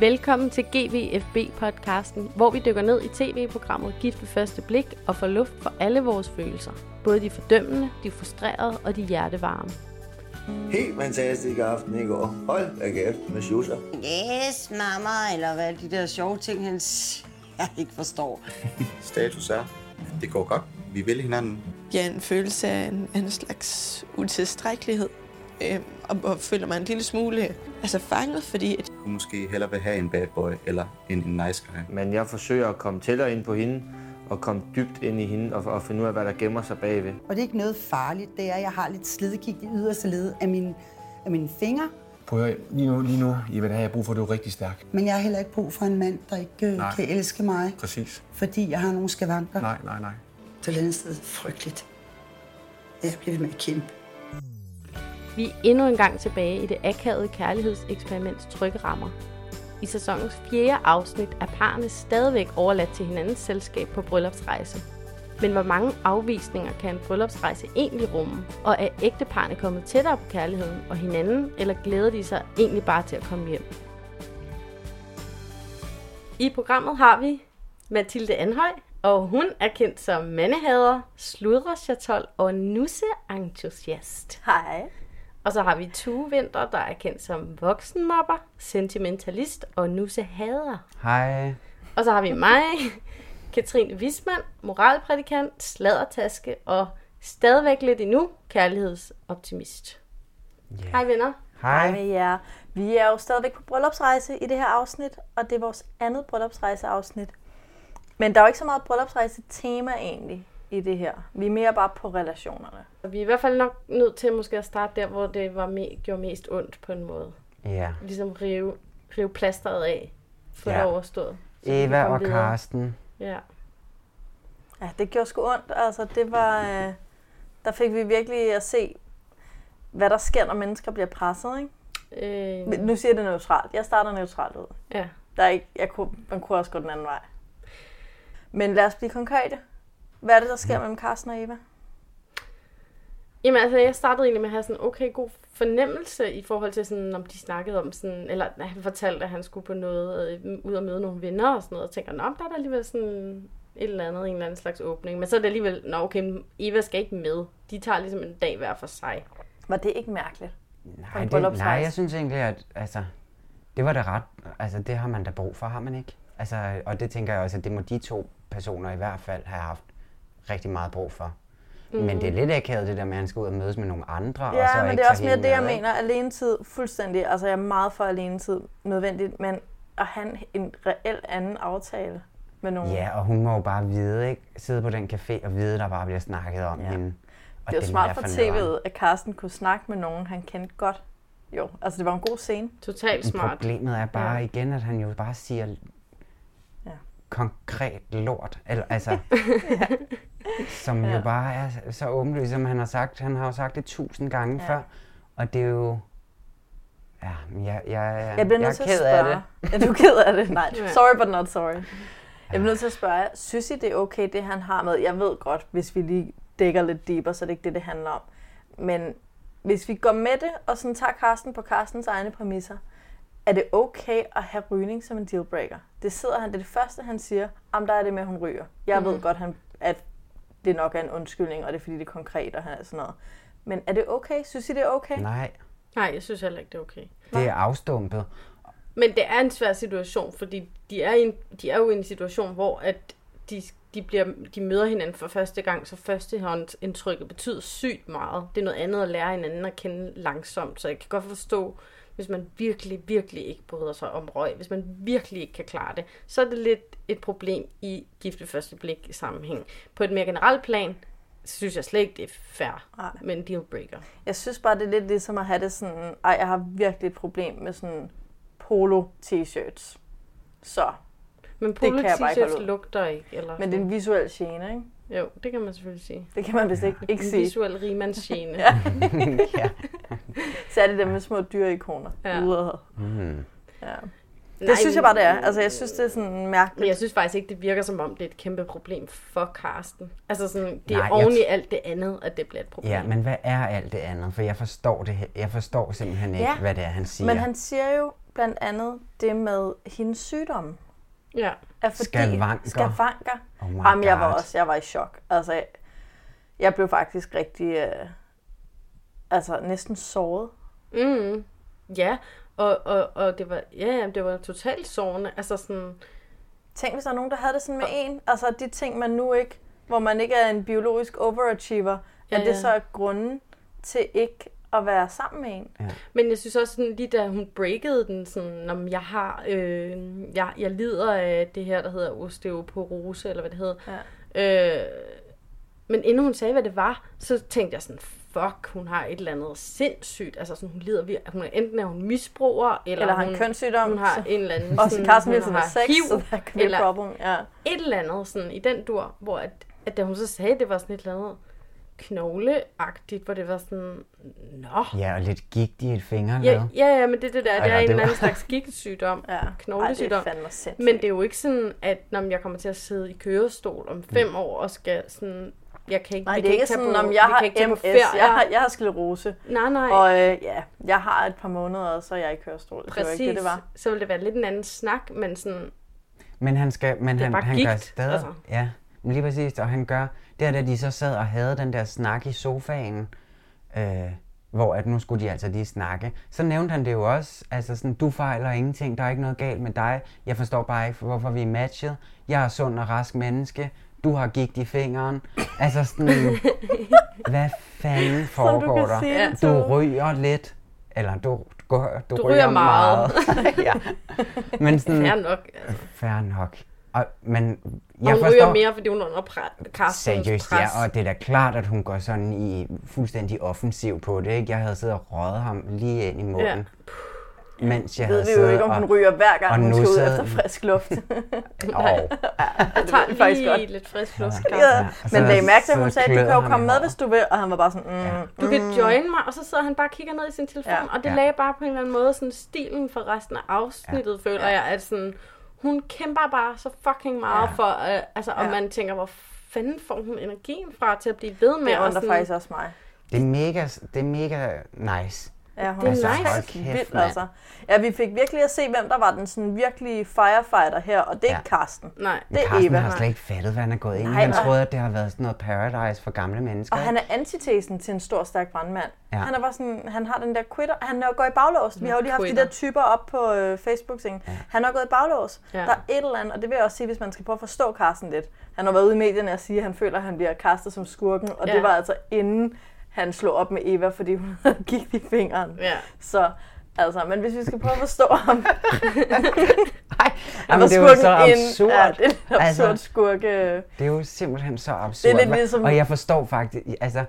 Velkommen til GVFB-podcasten, hvor vi dykker ned i tv-programmet Gift ved første blik og får luft for alle vores følelser. Både de fordømmende, de frustrerede og de hjertevarme. Helt fantastisk aften i går. Hold da kæft med schusser. Yes, mamma, eller hvad de der sjove ting, jeg ikke forstår. Status er, det går godt. Vi vil hinanden. Ja, en følelse af en slags utilstrækkelighed. Og føler mig en lille smule fanget, fordi... Du måske hellere vil have en bad boy eller en nice guy. Men jeg forsøger at komme tættere ind på hende, og komme dybt ind i hende, og finde ud af, hvad der gemmer sig bagved. Og det er ikke noget farligt, det er, at jeg har lidt slidgigt i yderste led af mine fingre. Prøv at lige nu, Eva, det har jeg brug for, at du er rigtig stærk. Men jeg har heller ikke brug for en mand, der ikke kan elske mig. Præcis. Fordi jeg har nogle skavanker. Nej. Så et eller andet sted frygteligt. Jeg bliver ved med at kæmpe. Vi er endnu en gang tilbage i det akavede kærlighedseksperiments trygge rammer. I sæsonens 4. afsnit er parerne stadigvæk overladt til hinandens selskab på bryllupsrejse. Men hvor mange afvisninger kan en bryllupsrejse egentlig rumme? Og er ægteparne kommet tættere på kærligheden og hinanden, eller glæder de sig egentlig bare til at komme hjem? I programmet har vi Mathilde Anhøj, og hun er kendt som mandehader, sludrechatol og nusseentusiast. Hej. Og så har vi Tue Winther, der er kendt som voksenmobber, sentimentalist og nussehader. Hej. Og så har vi mig, Katrine Wismann, moralprædikant, sladdertaske og stadigvæk lidt endnu kærlighedsoptimist. Yeah. Hej venner. Hej. Med jer. Vi er jo stadigvæk på bryllupsrejse i det her afsnit, og det er vores andet bryllupsrejseafsnit. Men der er jo ikke så meget bryllupsrejse-tema egentlig i det her. Vi er mere bare på relationerne. Vi er i hvert fald nok nødt til måske at starte der, hvor det gjorde mest ondt på en måde. Ja. Ligesom rive plasteret af, få det overstået. Eva og Karsten. Ja. Ja, det gjorde sgu ondt. Altså, det var... der fik vi virkelig at se, hvad der sker, når mennesker bliver presset, ikke? Nu siger jeg det neutralt. Jeg starter neutralt ud. Ja. Der er ikke, man kunne også gå den anden vej. Men lad os blive konkrete. Hvad er det, der sker mellem Karsten og Eva? Jamen altså, jeg startede egentlig med at have sådan okay god fornemmelse i forhold til sådan, om de snakkede om sådan, eller han fortalte, at han skulle på noget, ud og møde nogle venner og sådan noget, og tænker, der er der alligevel sådan en eller anden slags åbning. Men så er det alligevel, okay, Eva skal ikke med. De tager ligesom en dag hver for sig. Var det ikke mærkeligt? Nej, jeg synes egentlig, at det var det ret, det har man da brug for, har man ikke? Og det tænker jeg også, at det må de to personer i hvert fald have haft rigtig meget brug for. Men det er lidt akavet det der med, at han skal ud og mødes med nogle andre. Ja, og så men ikke det er også mere det, jeg med, mener. Alenetid, fuldstændig. Altså, jeg er meget for alenetid nødvendigt, men at have en reel anden aftale med nogen. Ja, og hun må jo bare vide, ikke? Sidde på den café og vide, der bare bliver snakket om hende. Og det var smart for tv'et, at Karsten kunne snakke med nogen, han kendte godt. Jo, altså det var en god scene. Totalt smart. Problemet er bare igen, at han jo bare siger konkret lort. Som jo bare er så åbenlyst, som han har sagt. Han har jo sagt det 1000 gange før. Og det er jo... Ja, jeg bliver nødt til ked af det. Ja, du er ked af det? Nej, sorry but not sorry. Jeg bliver nødt til at spørge jer, synes I det er okay, det han har med? Jeg ved godt, hvis vi lige dækker lidt dybere, så er det ikke det handler om. Men hvis vi går med det, og sådan tager Karsten på Karstens egne præmisser, er det okay at have rygning som en dealbreaker? Det er det første, han siger, der er det med, at hun ryger. Jeg ved godt, at det nok er en undskyldning, og det er fordi, det er konkret og sådan noget. Men er det okay? Synes I, det er okay? Nej, jeg synes heller ikke, det er okay. Det er afstumpet. Men det er en svær situation, fordi de er jo i en situation, hvor at de møder hinanden for første gang, så førstehåndsindtrykket betyder sygt meget. Det er noget andet at lære hinanden at kende langsomt, så jeg kan godt forstå, hvis man virkelig, virkelig ikke bryder sig om røg, hvis man virkelig ikke kan klare det, så er det lidt et problem i gift ved første blik sammenhæng. På et mere generelt plan, synes jeg slet ikke, det er fair med en dealbreaker. Jeg synes bare, det er lidt ligesom at have det sådan, jeg har virkelig et problem med sådan polo t-shirts. Så men polo t-shirts lugter ikke. Eller men det er en visuel gene, ikke? Jo, det kan man selvfølgelig sige. Det kan man vist ikke sige. En visuel rimandsgene. Ja. Så er det dem med små dyreikoner. Ja. Ja. Det synes jeg bare, det er. Altså, jeg synes, det er sådan mærkeligt. Men jeg synes faktisk ikke, det virker som om, det er et kæmpe problem for Karsten. Altså sådan, det er oven i alt det andet, at det bliver et problem. Ja, men hvad er alt det andet? For jeg forstår simpelthen ikke, hvad det er, han siger. Men han siger jo, blandt andet det med hendes sygdom. Ja. Skavanker. Oh Jamen, jeg var i chok. Altså, jeg blev faktisk rigtig, næsten såret. Mm. Ja, og det var, det var totalt sårende. Altså sådan... Tænk, hvis der er nogen, der havde det sådan med en. Altså, de ting, man nu ikke, hvor man ikke er en biologisk overachiever, det så er grunden til ikke at være sammen med en. Ja. Men jeg synes også, sådan, lige da hun breakede den, sådan, om jeg har, jeg lider af det her, der hedder osteoporose, eller hvad det hedder. Ja. Men inden hun sagde, hvad det var, så tænkte jeg sådan, fuck, hun har et eller andet sindssygt. Altså sådan, hun lider hun er enten er hun misbruger, eller har en kønssygdom. Hun har en eller anden... Også Carsten Nielsen har sex, HIV, så der kan være et problem. Ja. Et eller andet sådan, i den dur, hvor at da hun så sagde, det var sådan et eller andet knogleagtigt, hvor det var sådan, nå. Ja, og lidt gigt i et fingerled. Ja, men det der, det er en eller anden slags gigtsygdom, knoglesygdom. Ej, det er fandme sindssygt. Men det er jo ikke sådan, at når jeg kommer til at sidde i kørestol om 5 år og skal sådan, jeg kan ikke, nej, det er ikke sådan, om jeg har MS, jeg har sklerose. Nej. Og jeg har et par måneder, og så er jeg i kørestol. Præcis, det var ikke det var. Så ville det være lidt en anden snak, men sådan... Men han gør stadig... Altså. Ja, men lige præcis, og han gør... Det er da de så sad og havde den der snak i sofaen, hvor at nu skulle de altså lige snakke. Så nævnte han det jo også, altså sådan, du fejler ingenting, der er ikke noget galt med dig. Jeg forstår bare ikke, hvorfor vi er matchet. Jeg er sund og rask menneske. Du har gigt i fingeren. Altså sådan, hvad fanden foregår der? Du ryger lidt, eller du ryger meget. Ja. Men sådan, fair nok. Altså. Fair nok. Men jeg hun ryger mere, fordi hun er under Carstens pres. Ja, og det er da klart, at hun går sådan i fuldstændig offensiv på det, ikke? Jeg havde siddet og røget ham lige ind i munden. Ja. Mens jeg havde siddet ved vi jo ikke, om hun ryger hver gang, hun skal ud efter frisk luft. Jeg tager faktisk godt lidt frisk luft. Ja. Men lagde mærke til, at hun sagde, at du kan jo komme med, hvis du vil. Og han var bare sådan, du kan join mig, og så sidder han bare og kigger ned i sin telefon. Og det lagde bare på en eller anden måde sådan stilen for resten af afsnittet, føler jeg, at sådan... Hun kæmper bare så fucking meget for, og man tænker, hvor fanden får hun energien fra til at blive ved med? Det undrer faktisk også mig. Det er mega nice. Ja, det er nice. Vildt, altså. Ja, vi fik virkelig at se, hvem der var den sådan virkelige firefighter her, og det er ikke Carsten. Nej, det er Carsten Eva. har slet ikke fattet, hvad han er gået ind i. Han troede, at det har været sådan noget paradise for gamle mennesker. Og han er antitesen til en stor, stærk brandmand. Ja. Han er bare sådan, han har den der quitter, han er jo gået i baglås. Vi har jo lige haft de der typer op på Facebook-ting. Ja. Han er gået i baglås. Ja. Der er et eller andet, og det vil jeg også sige, hvis man skal prøve at forstå Carsten lidt. Han har været ude i medierne og sige, at han føler, at han bliver kastet som skurken, og det var altså inden han slog op med Eva, fordi hun havde gigt i fingeren. Ja. Så, altså, men hvis vi skal prøve at forstå ham... Jamen, det er jo så absurd. Ja, det er lidt absurd skurke. Det er jo simpelthen så absurd. Det er lidt ligesom... Og jeg forstår faktisk... Altså,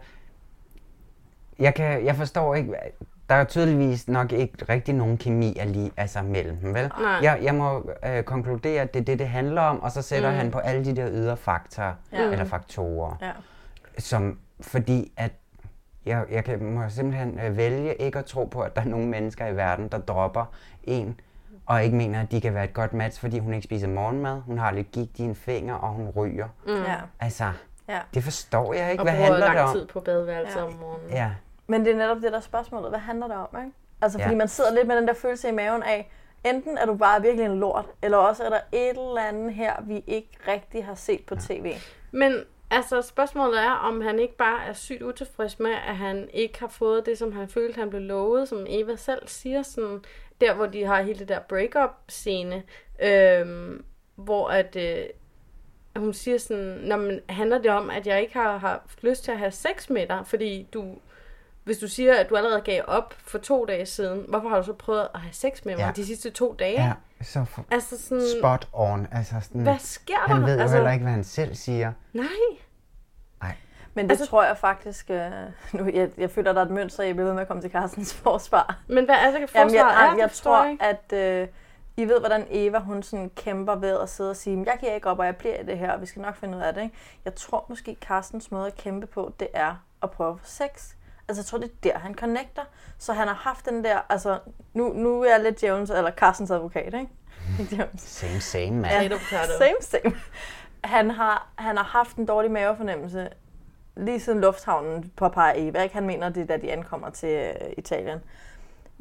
jeg forstår ikke... Der er tydeligvis nok ikke rigtig nogen kemi mellem dem, vel? Jeg må konkludere, at det er det handler om, og så sætter han på alle de der ydre faktorer. Ja. Som, fordi at jeg må simpelthen vælge ikke at tro på, at der er nogle mennesker i verden, der dropper en, og ikke mener, at de kan være et godt match, fordi hun ikke spiser morgenmad, hun har lidt gigt i en finger, og hun ryger. Altså, det forstår jeg ikke. Hvad handler det om? Og bruger lang tid på badeværelset om morgenen. Ja. Men det er netop det, der er spørgsmålet. Hvad handler det om, ikke? Altså, fordi man sidder lidt med den der følelse i maven af, enten er du bare virkelig en lort, eller også er der et eller andet her, vi ikke rigtig har set på tv. Men altså, spørgsmålet er, om han ikke bare er sygt utilfreds med, at han ikke har fået det, som han følte, han blev lovet, som Eva selv siger, sådan, der hvor de har hele det der break-up-scene, hvor at hun siger sådan, handler det om, at jeg ikke har haft lyst til at have sex med dig, fordi hvis du siger, at du allerede gav op for 2 dage siden, hvorfor har du så prøvet at have sex med mig de sidste 2 dage? Ja, så altså sådan, spot on. Altså sådan, hvad sker der? Han ved jo heller ikke, hvad han selv siger. Nej. Men det tror jeg faktisk... Nu, jeg føler, at der er et mønster, jeg bliver ved med at komme til Carstens forsvar. Men hvad er det, forsvaret jeg tror, at... I ved, hvordan Eva, hun sådan kæmper ved at sidde og sige, jeg giver ikke op, og jeg bliver i det her, og vi skal nok finde ud af det. Ikke? Jeg tror måske, Carstens måde at kæmpe på, det er at prøve at få sex. Altså, jeg tror, det er der, han connecter. Så han har haft den der, altså, nu er jeg lidt Jones, eller Carstens advokat, ikke? Same, man. Ja, same. Han har haft en dårlig mavefornemmelse lige siden lufthavnen påpeger Eva, ikke? Han mener, det er da de ankommer til Italien.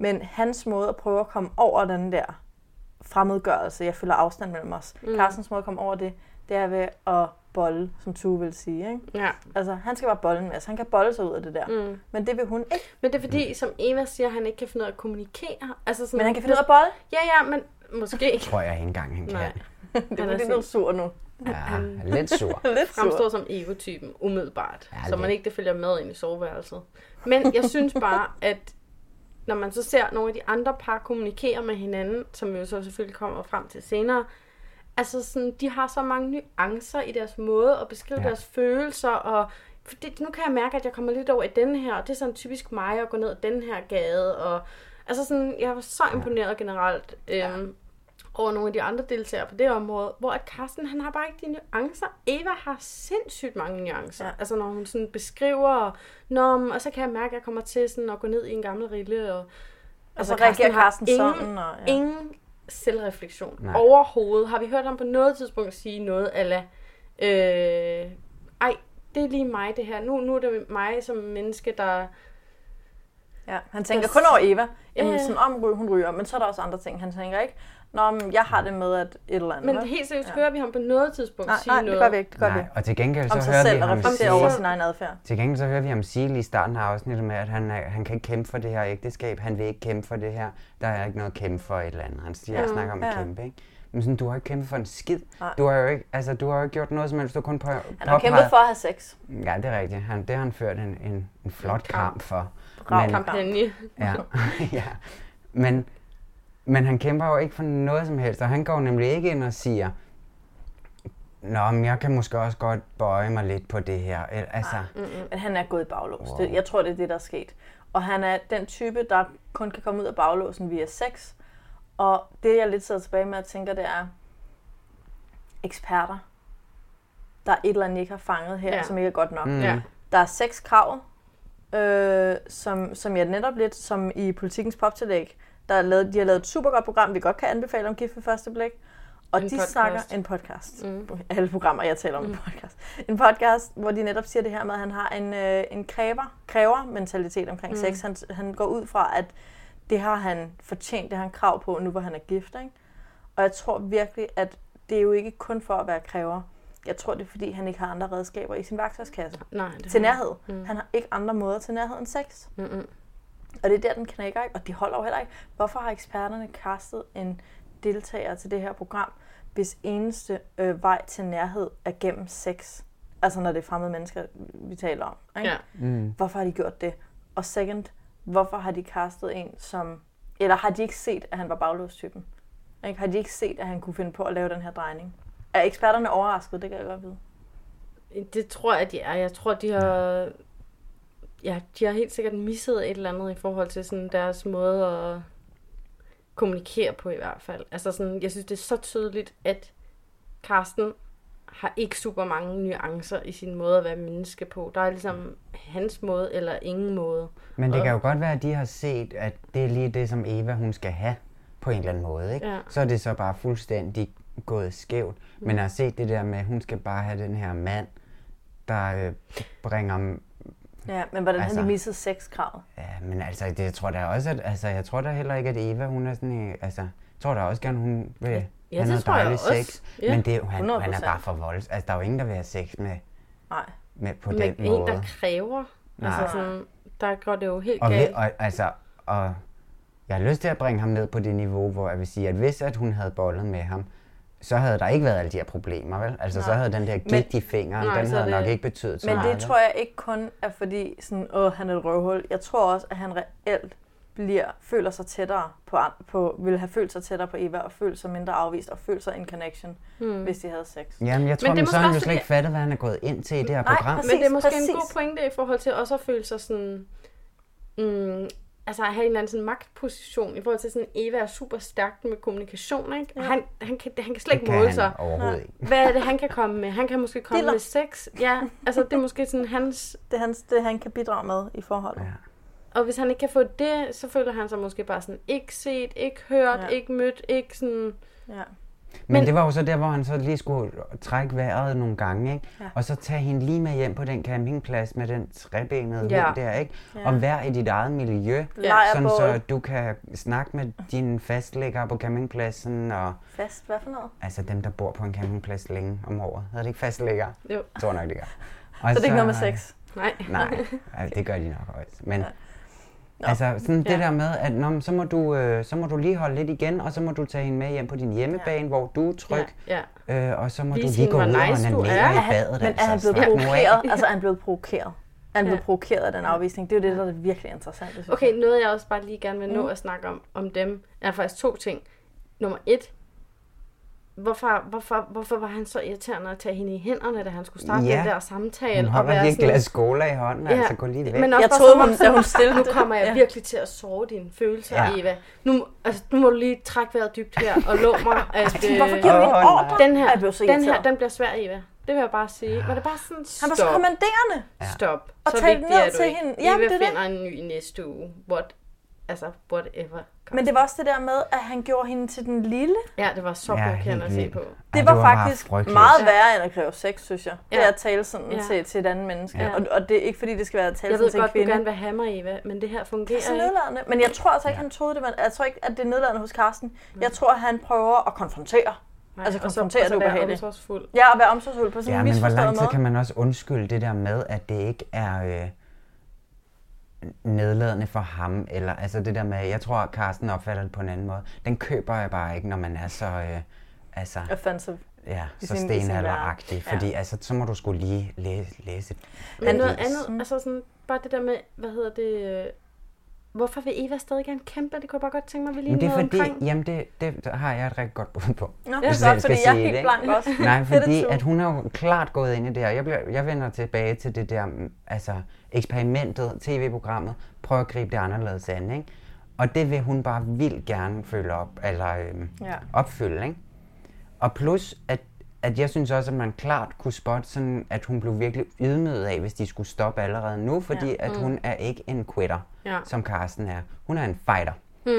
Men hans måde at prøve at komme over den der fremmedgørelse, jeg føler afstand mellem os. Carstens måde at komme over det er ved at bolle, som Tue vil sige. Ikke? Ja. Altså, han skal bare bolle med os. Han kan bolle sig ud af det der. Men det vil hun ikke. Men det er fordi, som Eva siger, han ikke kan finde ud af at kommunikere. Altså sådan, men han kan finde ud af at bolle? Ja, men måske ikke. Tror jeg ikke engang, han kan. Det er fordi, du er sur nu. Ja, han er lidt sur. Fremstår som ego-typen, umiddelbart. Ja, så man ikke det følger med ind i soveværelset. Men jeg synes bare, at når man så ser nogle af de andre par kommunikere med hinanden, som jo så selvfølgelig kommer frem til senere, altså sådan, de har så mange nuancer i deres måde at beskrive deres følelser, og nu kan jeg mærke, at jeg kommer lidt over i den her, og det er sådan typisk mig at gå ned ad den her gade, og altså sådan, jeg var så imponeret generelt over nogle af de andre deltagere på det område, hvor at Carsten, han har bare ikke de nuancer. Eva har sindssygt mange nuancer. Altså når hun sådan beskriver, og så kan jeg mærke, at jeg kommer til sådan at gå ned i en gammel rille, og altså reagerer Carsten sådan, og ingen selvreflektion overhovedet. Har vi hørt ham på noget tidspunkt sige noget ala, det er lige mig det her. Nu er det mig som menneske, der... Ja, han tænker kun over Eva. Jamen, sådan om hun ryger, men så er der også andre ting. Han tænker ikke, jeg har det med at et eller andet. Men helt seriøst hører vi ham på noget tidspunkt sige noget. Nej, det gør vi ikke. Det gør vi. Og til gengæld så om sig hører selv vi og ham reflektere over sin egen adfærd. Til gengæld så hører vi ham sige lige i starten af afsnittet med, at han kan ikke kæmpe for det her ægteskab. Han vil ikke kæmpe for det her. Der er ikke noget at kæmpe for et eller andet. Han snakker om at kæmpe, ikke? Men sådan, du har ikke kæmpet for en skid. Du har jo ikke gjort noget som helst. Du kun han har kæmpet for at have sex. Ja, det er rigtigt. Det har han ført en flot kamp for. Kampagne. Ja. Men han kæmper jo ikke for noget som helst, og han går nemlig ikke ind og siger, men jeg kan måske også godt bøje mig lidt på det her. Altså. Men han er gået i baglås. Wow. Jeg tror, det er det, der er sket. Og han er den type, der kun kan komme ud af baglåsen via sex. Og det, jeg lidt sidder tilbage med at tænke, det er eksperter. Der er et eller andet, ikke har fanget her, som ikke er godt nok. Der er 6 krav, som jeg netop lidt, som i Politikens poptillæg, de har lavet et super godt program, vi godt kan anbefale om Gift ved første blik. Og de snakker en podcast. Alle programmer, jeg taler om en podcast. En podcast, hvor de netop siger det her med, at han har en kræver-mentalitet omkring sex. Han går ud fra, at det har han fortjent, det har han krav på, nu hvor han er gift. Ikke? Og jeg tror virkelig, at det er jo ikke kun for at være kræver. Jeg tror, det er fordi, han ikke har andre redskaber i sin værktøjskasse. Til nærhed. Han har ikke andre måder til nærhed end sex. Og det er der, den knækker, ikke? Og de holder jo heller ikke. Hvorfor har eksperterne castet en deltager til det her program, hvis eneste vej til nærhed er gennem sex? Altså når det er fremmede mennesker, vi taler om. Ikke? Hvorfor har de gjort det? Og second, hvorfor har de castet en, som... Eller har de ikke set, at han var baglåstypen? Ikke? Har de ikke set, at han kunne finde på at lave den her drejning? Er eksperterne overrasket? Det kan jeg godt vide. Det tror jeg, de er. Jeg tror, de har... Ja, de har helt sikkert misset et eller andet i forhold til sådan deres måde at kommunikere på i hvert fald. Altså sådan, jeg synes, det er så tydeligt, at Carsten har ikke super mange nuancer i sin måde at være menneske på. Der er ligesom hans måde eller ingen måde. Men det kan jo godt være, at de har set, at det er lige det, som Eva hun skal have på en eller anden måde. Ikke? Ja. Så er det så bare fuldstændig gået skævt. Men jeg har set det der med, at hun skal bare have den her mand, der bringer... Ja, men hvordan har de misset sexkravet? Ja, men altså, det, jeg tror da også, at... Altså, jeg tror da heller ikke, at Eva, hun er sådan... Altså, jeg tror da også gerne, hun vil have noget dejligt sex. Ja. Men det, han er bare for volds. Altså, der er jo ingen, der vil have sex med på den måde. En, der kræver. Altså, sådan, der går det jo helt galt. Og jeg har lyst til at bringe ham ned på det niveau, hvor jeg vil sige, at hvis at hun havde bollet med ham, så havde der ikke været alle de her problemer, vel? Altså, så havde den der gigt i fingeren, den havde nok ikke betydet så meget. Men det tror jeg ikke kun er fordi, sådan, han er et røvhul. Jeg tror også, at han reelt føler sig tættere vil have følt sig tættere på Eva, og følt sig mindre afvist, og følt sig en connection, hvis de havde sex. Jamen, jeg tror, men så har han jo slet ikke fattet, hvad han er gået ind til i det her program. Præcis, men det er måske en god pointe i forhold til også at føle sig sådan... altså at have en eller anden sådan magtposition i forhold til sådan, Eva er super stærk med kommunikation, ikke? Ja. Han kan slet ikke måle sig. Hvad er det, han kan komme med? Han kan måske komme med sex. Ja, altså det er måske sådan hans... Det han kan bidrage med i forholdet. Ja. Og hvis han ikke kan få det, så føler han sig måske bare sådan, ikke set, ikke hørt, ikke mødt, ikke sådan... Ja. Men det var jo så der, hvor han så lige skulle trække vejret nogle gange, ikke? Ja. Og så tage hende lige med hjem på den campingplads med den trebenede hund der, ikke? Ja. Og være i dit eget miljø, sådan så du kan snakke med dine fastlæggere på campingpladsen. Og Fast? Hvad for noget? altså dem, der bor på en campingplads længe om året. Hedder det ikke fastlæggere? Jo. Jeg tror nok, det gør. Så det er ikke noget med sex? Nej, det gør de nok også. Men altså sådan det der med, at så må du lige holde lidt igen, og så må du tage hende med hjem på din hjemmebane, hvor du er tryg. Og så må du lige gå ud og onanere i badet. Men er han blevet provokeret? Altså er han blevet provokeret? Er han blevet provokeret af den afvisning? Det er jo det, der er virkelig interessant. Okay, noget jeg også bare lige gerne vil nå at snakke om dem, er faktisk 2 ting. Nummer 1. Hvorfor var han så irriterende at tage hende i hænderne, da han skulle starte den der samtale? Hun holder lige et glas cola i hånden, altså gå lige væk. Men også jeg troede, da hun stillede nu kommer jeg virkelig til at sove dine følelser, Eva. Nu må du lige trække vejret dybt her og love mig, at hvorfor giver du en ordre? Den her, den bliver svær, Eva. Det vil jeg bare sige. Var det bare sådan, stop. Han var så kommanderende. Stop. Og så tage vigtigt ned er du til ikke. hende. Eva Jamen, det finder en ny i næste uge. Whatever. Men det var også det der med, at han gjorde hende til den lille. Ja, det var så provokerende at se på. Det var faktisk meget værre end at kræve sex, synes jeg. Det er at tale sådan til et andet menneske. Ja. Og det er ikke fordi, det skal være at tale sådan til en kvinde. Jeg ved godt, du gerne vil have mig, Eva, men det her fungerer ikke. Det er så nedladende. Men jeg tror altså ikke, han troede det. Jeg tror ikke, at det er nedladende hos Karsten. Jeg tror, han prøver at konfrontere. Altså konfrontere det ubehageligt. Ja, og være omsorgsfuld på sådan en misforstået måde. Men hvor lang tid kan man også undskylde det der med, at det ikke er nedladende for ham, eller altså det der med, jeg tror, at Karsten opfatter det på en anden måde. Den køber jeg bare ikke, når man er så offensive. Ja, så stenalderagtig, fordi altså, så må du skulle lige læse. Men noget andet, altså sådan, bare det der med, hvorfor vil Eva stadig gerne kæmpe? Det kunne jeg bare godt tænke mig, vi lige noget omkring. Jamen, det har jeg et rigtig godt bud på. Nå, det er godt, fordi jeg er helt blank også. Nej, fordi at hun er jo klart gået ind i det her. Jeg vender tilbage til det der, altså eksperimentet, tv-programmet, prøv at gribe det anderledes an, ikke? Og det vil hun bare vildt gerne følge op, eller opfylde, ikke? Og plus, at jeg synes også, at man klart kunne spotte sådan, at hun blev virkelig ydmyget af, hvis de skulle stoppe allerede nu, fordi at hun er ikke en quitter, som Karsten er. Hun er en fighter,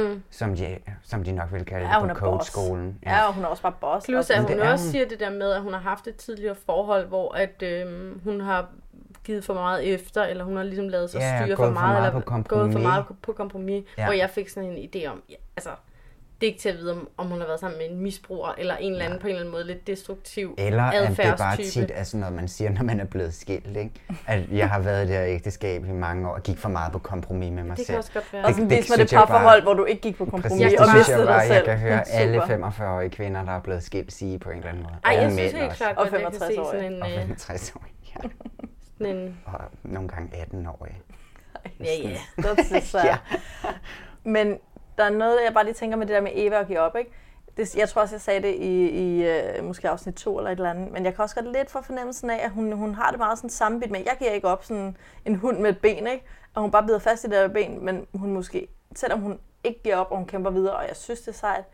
som de nok vil kalde det på coachskolen. Ja, og hun er også bare boss. Plus, at hun også siger det der med, at hun har haft et tidligere forhold, hvor at, hun har givet for meget efter, eller hun har ligesom lavet sig styre for meget, eller gået for meget på kompromis, hvor jeg fik sådan en idé om, altså, det er ikke til at vide, om hun har været sammen med en misbruger, eller en eller anden på en eller anden måde lidt destruktiv eller at det bare tit er sådan noget, man siger, når man er blevet skilt, ikke? At jeg har været i det her ægteskab i mange år, og gik for meget på kompromis med mig selv. Det kan også godt være. Og sådan vis mig det parforhold, hvor du ikke gik på kompromis og mistede dig selv. Jeg kan høre alle 45-årige kvinder, der er blevet skilt, sige på en eller anden måde. Ej, jeg synes helt klart, og 65-årige. Og 65-årige, ja. Og nogle gange 18-årige. Ja. Det er så. Men der er noget, jeg bare lige tænker med det der med Eva at give op, ikke? Jeg tror også, jeg sagde det i måske afsnit 2 eller et eller andet, men jeg kan også godt lidt få fornemmelsen af, at hun har det meget sådan sammenbit med, jeg giver ikke op sådan en hund med et ben, ikke? Og hun bare bider fast i det der ben, men hun måske, selvom hun ikke giver op, og hun kæmper videre, og jeg synes, det er sejt,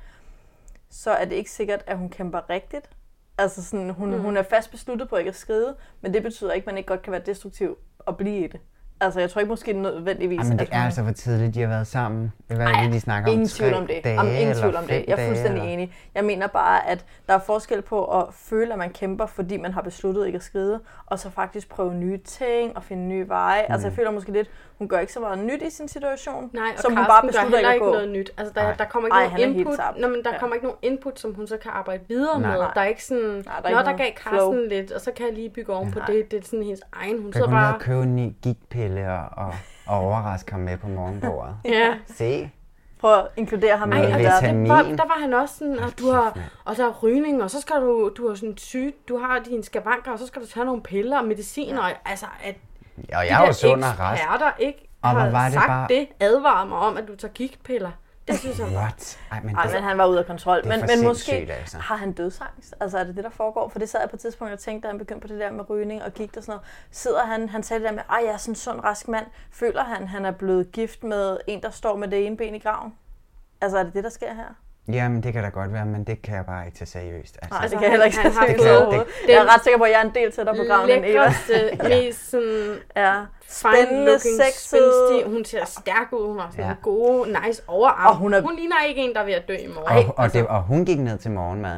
så er det ikke sikkert, at hun kæmper rigtigt. Altså sådan, hun er fast besluttet på ikke at skride, men det betyder ikke, at man ikke godt kan være destruktiv og blive i det. Altså, jeg tror ikke måske nødvendigvis... Men det er altså for tidligt, de har været sammen. Hvad er det, de snakker om? Ingen tvivl om det. Ingen tvivl om det. Jeg er fuldstændig enig. Jeg mener bare, at der er forskel på at føle, at man kæmper, fordi man har besluttet ikke at skride, og så faktisk prøve nye ting og finde nye veje. Altså, jeg føler måske lidt, hun gør ikke så meget nyt i sin situation, nej, og som hun bare beslutter ikke at gå. Noget nyt. Altså, der kommer ikke nogen input. Men der kommer ikke nogen input, som hun så kan arbejde videre med. Der er ikke sådan, der gav Karsten lidt, og så kan jeg lige bygge oven på det. Det er sådan hendes egen. Hun sidder bare og købe en ny gigtpille og overraske ham med på morgenbordet. Ja. Se. Prøv at inkludere ham med der var han også sådan, og der er rygning, og så skal du har sådan syg, du har dine skavanker, og så skal du tage nogle piller og medicin, og altså at og jeg er jo sund og rask. Eksperter ikke har sagt det, advarer mig om, at du tager gigtpiller. Det synes jeg. What? Men han var ude af kontrol. Men måske altså. har han dødsangst. Altså er det det, der foregår? For det sad jeg på et tidspunkt og tænkte, da han begyndte på det der med rygning og gigt og sådan noget. Sidder han sagde det der med, jeg er sådan en sund, rask mand. Føler han er blevet gift med en, der står med det ene ben i graven? Altså er det det, der sker her? Jamen, det kan da godt være, men det kan jeg bare ikke tage seriøst. Altså. Nej, det kan jeg heller ikke tage seriøst overhovedet. Jeg er ret sikker på, at jeg er en del tættere på graven end Eva. Mest sådan spændende, sexede. Hun ser stærk ud, hun har sådan gode, nice overarm. Og hun ligner ikke en, der er ved at dø i morgen. Og hun gik ned til morgenmaden, ikke?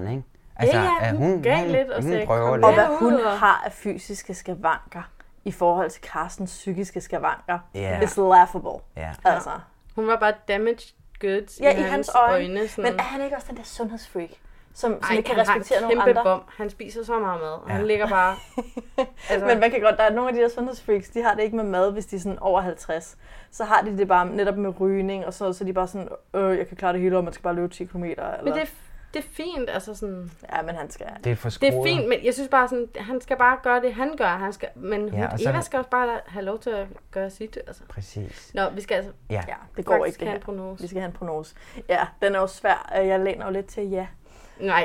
Altså, hun gav lidt og sagde, prøver lidt. Og hvad hun har af fysiske skavanker i forhold til Carstens psykiske skavanker, is laughable. Altså. Hun var bare damaged goods i hans øjne. Sådan. Men er han ikke også den der sundhedsfreak, som ikke kan respektere nogen andre? Bom. Han spiser så meget mad, og han ligger bare... altså. Men man kan godt, der er nogle af de der sundhedsfreaks, de har det ikke med mad, hvis de er sådan over 50. Så har de det bare netop med rygning og sådan noget, så de er bare sådan, jeg kan klare det hele, og man skal bare løbe 10 km. Eller... Men det er fint, altså sådan... Ja, men han skal... Det er Det er fint, men jeg synes bare sådan, han skal bare gøre det, han gør. Men Eva skal også bare have lov til at gøre sit, altså. Præcis. Nå, vi skal altså... Ja, det går ikke det her. Vi skal have en prognose. Ja, den er også svær. Jeg læner jo lidt til ja. Nej.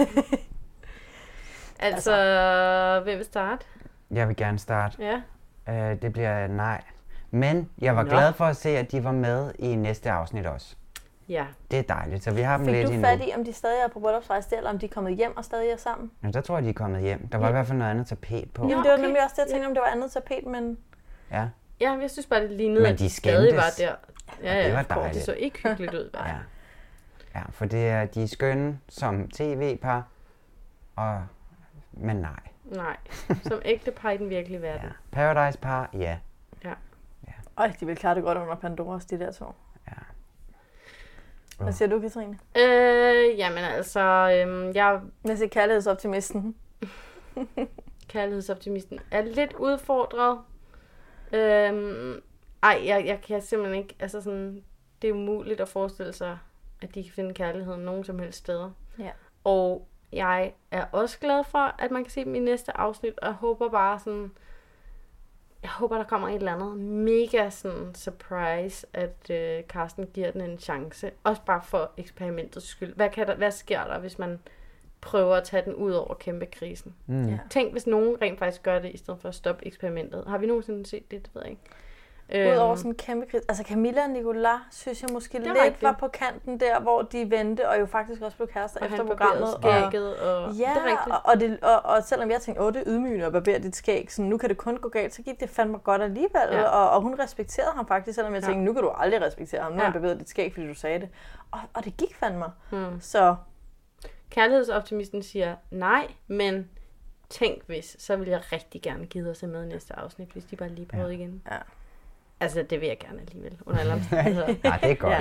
altså, hvem vil starte? Jeg vil gerne starte. Ja. Det bliver nej. Men jeg var glad for at se, at de var med i næste afsnit også. Ja. Det er dejligt, så vi har dem lidt endnu. Fik du fat i, om de stadig er på bryllupsrejse, eller om de er kommet hjem og stadig er sammen? Ja, der tror jeg, de er kommet hjem. Der var i hvert fald noget andet tapet på. Jamen, det var nemlig også det, jeg tænkte, om det var andet tapet, men... Ja. Ja, jeg synes bare, det lignede, at de stadig var der. Ja, det var dejligt. Det så ikke hyggeligt ud. Ja. Ja, for de er skønne som tv-par, men nej. Nej, som ægte par i den virkelige verden. Ja. Paradise-par, ja. Øj, de vil klare det godt under Pandoras, de der to. Ja. Hvad siger du, Katrine? Jamen altså, jeg siger kærlighedsoptimisten. Kærlighedsoptimisten er lidt udfordret. Jeg kan simpelthen ikke, altså sådan, det er umuligt at forestille sig, at de kan finde kærligheden nogen som helst steder. Ja. Og jeg er også glad for, at man kan se dem i næste afsnit, og jeg håber bare sådan, der kommer et eller andet mega sådan surprise, at Carsten giver den en chance. Også bare for eksperimentets skyld. Hvad sker der, hvis man prøver at tage den ud over kæmpe krisen? Ja. Tænk, hvis nogen rent faktisk gør det, i stedet for at stoppe eksperimentet. Har vi nogensinde set det? Det ved jeg ikke. Udover sådan en kæmpe krise. Altså Camilla og Nicolas, synes jeg måske lidt var på kanten der, hvor de vendte, og jo faktisk også blev kærester efter programmet. Skægget, og ja, det og selvom jeg tænkte, det er ydmygende at barbere dit skæg, så nu kan det kun gå galt, så gik det fandme godt alligevel. Ja. Og hun respekterede ham faktisk, selvom jeg tænkte, nu kan du aldrig respektere ham, nu har han barberet dit skæg, fordi du sagde det. Og det gik fandme. Så kærlighedsoptimisten siger nej, men tænk hvis, så vil jeg rigtig gerne give at se med i næste afsnit, hvis de bare lige prøvede igen. Ja. Altså, det vil jeg gerne alligevel, under alle omstændigheder. Nej, det er godt.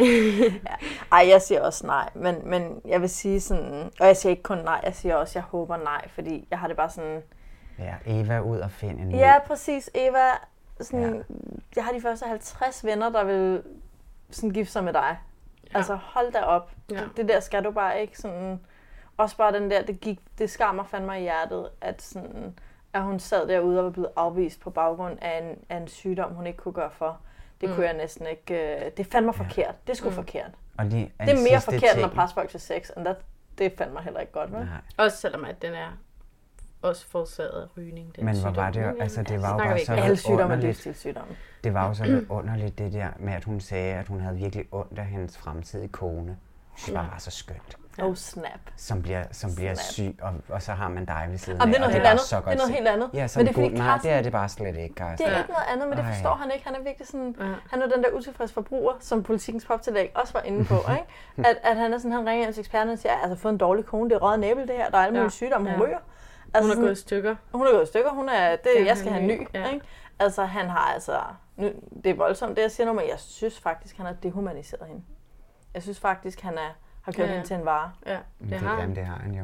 Ej, jeg siger også nej, men jeg vil sige sådan, og jeg siger ikke kun nej, jeg siger også, jeg håber nej, fordi jeg har det bare sådan... Ja, Eva ud og finde en ny. Ja, præcis, Eva, sådan, jeg har de første 50 venner, der vil sådan gifte sig med dig. Ja. Altså, hold da op. Ja. Det der skal du bare ikke sådan... Også bare den der, det skar mig fandme i hjertet, at sådan... at hun sad derude og var blevet afvist på baggrund af en sygdom, hun ikke kunne gøre for. Det kunne jeg næsten ikke... Det er fandme forkert. Det er sgu forkert. Og det er mere forkert, end at presse folk til sex, end det er fandme heller ikke godt, vel? Også selvom at den er også forårsaget af rygning. Men hvor var det jo... Altså, det var jo bare så alle sygdomme er livsstilssygdomme. Det var jo så underligt, det der med, at hun sagde, at hun havde virkelig ondt af hendes fremtidige kone. Det var bare så skønt. Oh, snap. Som bliver syg, og så har man dig ved siden af. Det er noget helt andet. Så godt det er noget helt andet. Ja, men det er nej, det er det bare slet ikke, Carsten. Det er ikke noget andet, men det forstår han ikke. Han er virkelig sådan, han er den der utilfreds forbruger, som Politikens poptillæg også var inde på, ikke? At han er sådan, han ringer hjem til eksperterne og siger, altså fået en dårlig kone, det er røget næble det her, der er alle mulige sygdomme, hun ryger. Altså, hun er gået i stykker. Hun er gået i stykker, jeg skal have en ny, ikke? Altså, han har altså, det er voldsomt det, jeg siger nu, men jeg synes faktisk, han har dehumaniseret hende. Jeg synes faktisk, han har gjort hende til en vare. Ja, det har han. Det har han jo.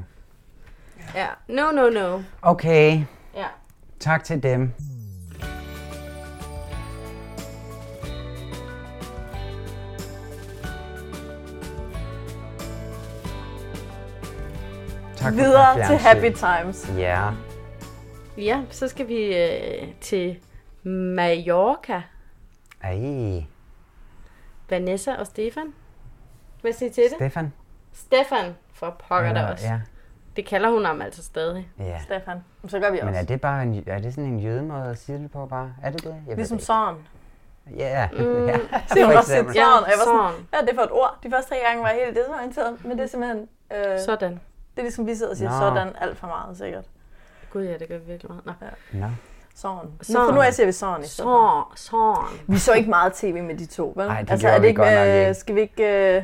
Ja, no. Okay. Ja. Tak til dem. Tak videre til Happy Times. Ja. Ja, så skal vi til Mallorca. Ej. Vanessa og Stefan. Hvad siger I til det? Stefan for pokker der også. Ja. Det kalder hun ham altså stadig. Ja. Stefan. Så gør vi også. Men er det bare er det sådan en jødemåde at sige det på bare? Er det det? Ligesom sådan. Ja. Så hun også sådan. Ja, det er for et ord. De første 3 gange var jeg helt desorienteret, men det er simpelthen... sådan. Det er ligesom vi sidder og siger sådan alt for meget, sikkert. Gud ja, det gør vi virkelig meget. Nå. Sådan. For nu siger vi sådan i stedet. Sådan. Vi så ikke meget tv med de to, vel? Nej, det altså, er det ikke godt nok ikke. Skal vi ikke...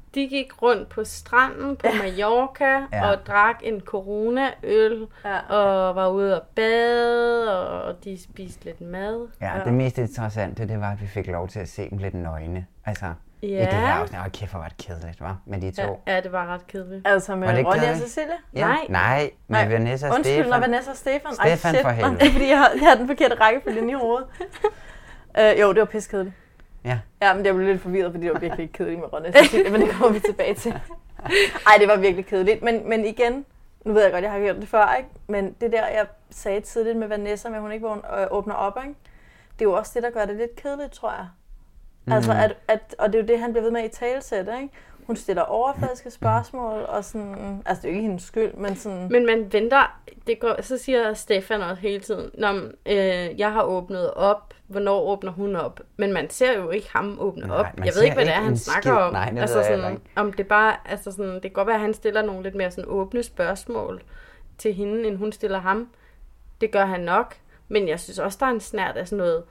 De gik rundt på stranden på Mallorca og drak en Corona-øl og var ude og bade, og de spiste lidt mad. Ja, det mest interessante, det var, at vi fik lov til at se dem lidt nøgne. Altså, i det her afsnit. Kæft, hvor var det kedeligt, hva'? Med de to. Ja, det var ret kedeligt. Altså med Ronja og Cecilie? Ja. Nej, med Vanessa og Stefan. Undskyld, Vanessa og Stefan. Stefan for helvede. Det er fordi, jeg havde den forkerte rækkefølge i hovedet. Jo, det var piskedeligt. Ja, men jeg blev lidt forvirret, fordi det var virkelig ikke kedeligt med Ronja og Cecilie, men det kommer vi tilbage til. Ej, det var virkelig kedeligt. Men igen, nu ved jeg godt, jeg har gjort det før, ikke? Men det der, jeg sagde tidligt med Vanessa, med at hun ikke åbner op, ikke? Det er jo også det, der gør det lidt kedeligt, tror jeg. Altså, og det er jo det, han bliver ved med i talesæt, ikke? Hun stiller overfladiske spørgsmål, og sådan... Altså, det er jo ikke hendes skyld, men sådan... Men man venter... så siger Stefan også hele tiden, jeg har åbnet op, hvornår åbner hun op? Men man ser jo ikke ham åbne op. Jeg ved ikke, hvad det er, han snakker om. Nej, det altså, sådan, om det bare... Altså, sådan, det kan godt være, at han stiller nogle lidt mere sådan åbne spørgsmål til hende, end hun stiller ham. Det gør han nok. Men jeg synes også, der er en snert af sådan noget...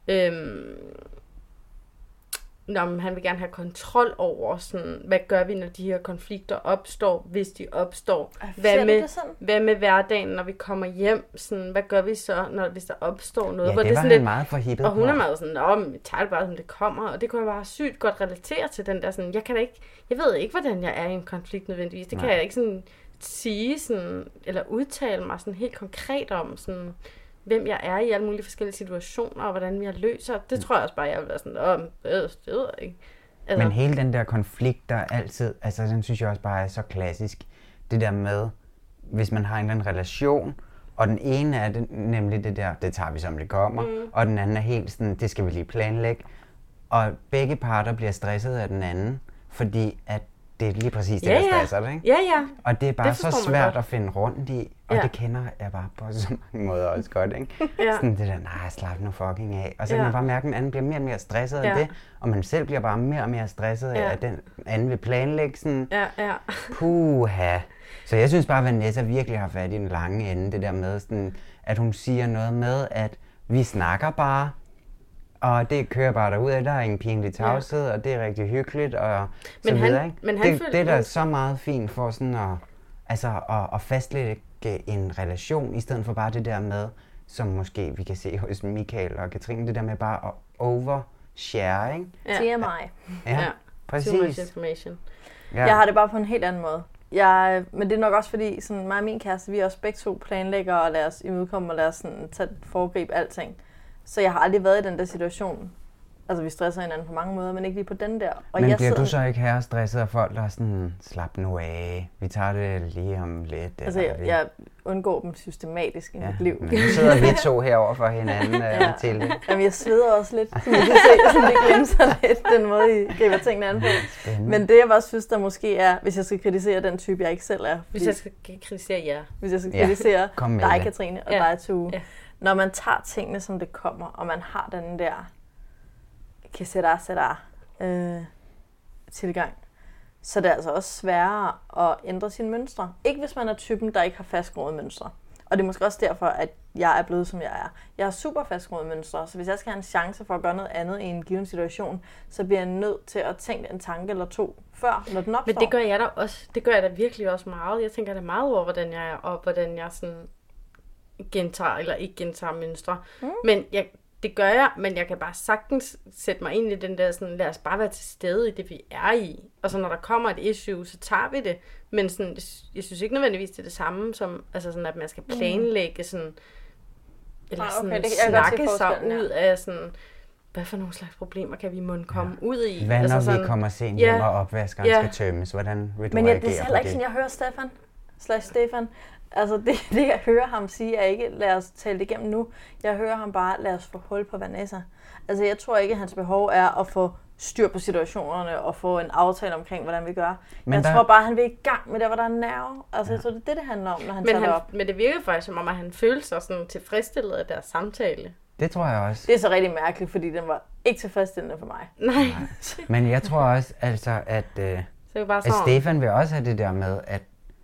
han vil gerne have kontrol over, sådan, hvad gør vi, når de her konflikter opstår, hvis de opstår? Hvad med hverdagen, når vi kommer hjem? Sådan, hvad gør vi så, hvis der opstår noget? Ja, hvor det var sådan han lidt, meget forhippet og hun er meget sådan, vi tager det bare, som det kommer. Og det kunne jeg bare sygt godt relatere til den der sådan, jeg ved ikke, hvordan jeg er i en konflikt nødvendigvis. Det kan jeg ikke sådan sige, sådan, eller udtale mig sådan helt konkret om, sådan... hvem jeg er i alle mulige forskellige situationer, og hvordan jeg løser. Det tror jeg også bare, jeg vil være sådan, det ved jeg ikke. Altså. Men hele den der konflikt, der altid, altså den synes jeg også bare er så klassisk. Det der med, hvis man har en eller anden relation, og den ene er det, nemlig det der, det tager vi som det kommer, og den anden er helt sådan, det skal vi lige planlægge. Og begge parter bliver stresset af den anden, fordi at det er lige præcis det, der stresser det, ikke? Ja, ja. Og det er bare så svært at finde rundt i, og det kender jeg bare på så mange måder også godt, ikke? Sådan det der, slap nu fucking af. Og så kan man bare mærke, at den anden bliver mere og mere stresset af det, og man selv bliver bare mere og mere stresset af, at den anden vil planlægge sådan, puha. Så jeg synes bare, at Vanessa virkelig har fat i den lange ende, det der med sådan, at hun siger noget med, at vi snakker bare, og det kører bare derudad, der er ingen pinlig tavshed, og det er rigtig hyggeligt, og så videre, ikke? Men det er da så meget fint for sådan at fastlægge en relation, i stedet for bare det der med, som måske vi kan se hos Michael og Katrine, det der med bare at overshare, ikke? TMI. Ja, præcis. Too much information. Ja. Jeg har det bare på en helt anden måde. Men det er nok også fordi, sådan mig og min kæreste, vi er også begge to planlægger, og lad os imødekomme, og lad os sådan foregribe alting. Så jeg har aldrig været i den der situation. Altså, vi stresser hinanden på mange måder, men ikke lige på den der. Og men bliver du så ikke her stresset af folk, der er sådan, slap nu af, vi tager det lige om lidt? Altså, jeg undgår dem systematisk i mit liv. Men nu sidder vi to herovre for hinanden til det. Jamen, jeg sveder også lidt, som I kan se, som det glemmer lidt, den måde, I griber tingene an på. Spændende. Men det, jeg bare synes, der måske er, hvis jeg skal kritisere den type, jeg ikke selv er. Hvis jeg skal kritisere jer. Hvis jeg skal kritisere dig, Katrine, og dig, Tue. Ja. Når man tager tingene, som det kommer, og man har den der tilgang, så det er altså også sværere at ændre sine mønstre. Ikke hvis man er typen, der ikke har fastgroede mønstre. Og det er måske også derfor, at jeg er blevet, som jeg er. Jeg har super fastgroede mønstre, så hvis jeg skal have en chance for at gøre noget andet i en given situation, så bliver jeg nødt til at tænke en tanke eller to før, når den opstår. Men det gør jeg da også. Det gør jeg da virkelig også meget. Jeg tænker da meget over, hvordan jeg er, og hvordan jeg sådan gentager eller ikke gentager mønstre. Men det gør jeg, men jeg kan bare sagtens sætte mig ind i den der sådan, lad os bare være til stede i det, vi er i. Og så når der kommer et issue, så tager vi det. Men sådan, jeg synes ikke nødvendigvis, det er det samme som, altså sådan, at man skal planlægge sådan, eller sådan snakke sig ud af sådan, hvad for nogle slags problemer kan vi måtte komme ud i? Hvad når altså vi kommer sent hjem, og opvaskeren skal tømmes? Hvordan vil du reagere på det? Men det er heller ikke sådan, jeg hører Stefan. Altså det, jeg hører ham sige, er ikke, lad os tale det igennem nu. Jeg hører ham bare, lad os få hul på Vanessa. Altså jeg tror ikke, at hans behov er at få styr på situationerne og få en aftale omkring, hvordan vi gør. Men jeg tror bare, han vil i gang med det, hvor der er nerve. Altså jeg tror, det er det handler om, når han tager det op. Men det virker faktisk som om, at han føler sig sådan tilfredsstillet af deres samtale. Det tror jeg også. Det er så rigtig mærkeligt, fordi den var ikke tilfredsstillende for mig. Nej. Men jeg tror også, altså, at Stefan vil også have det der med, at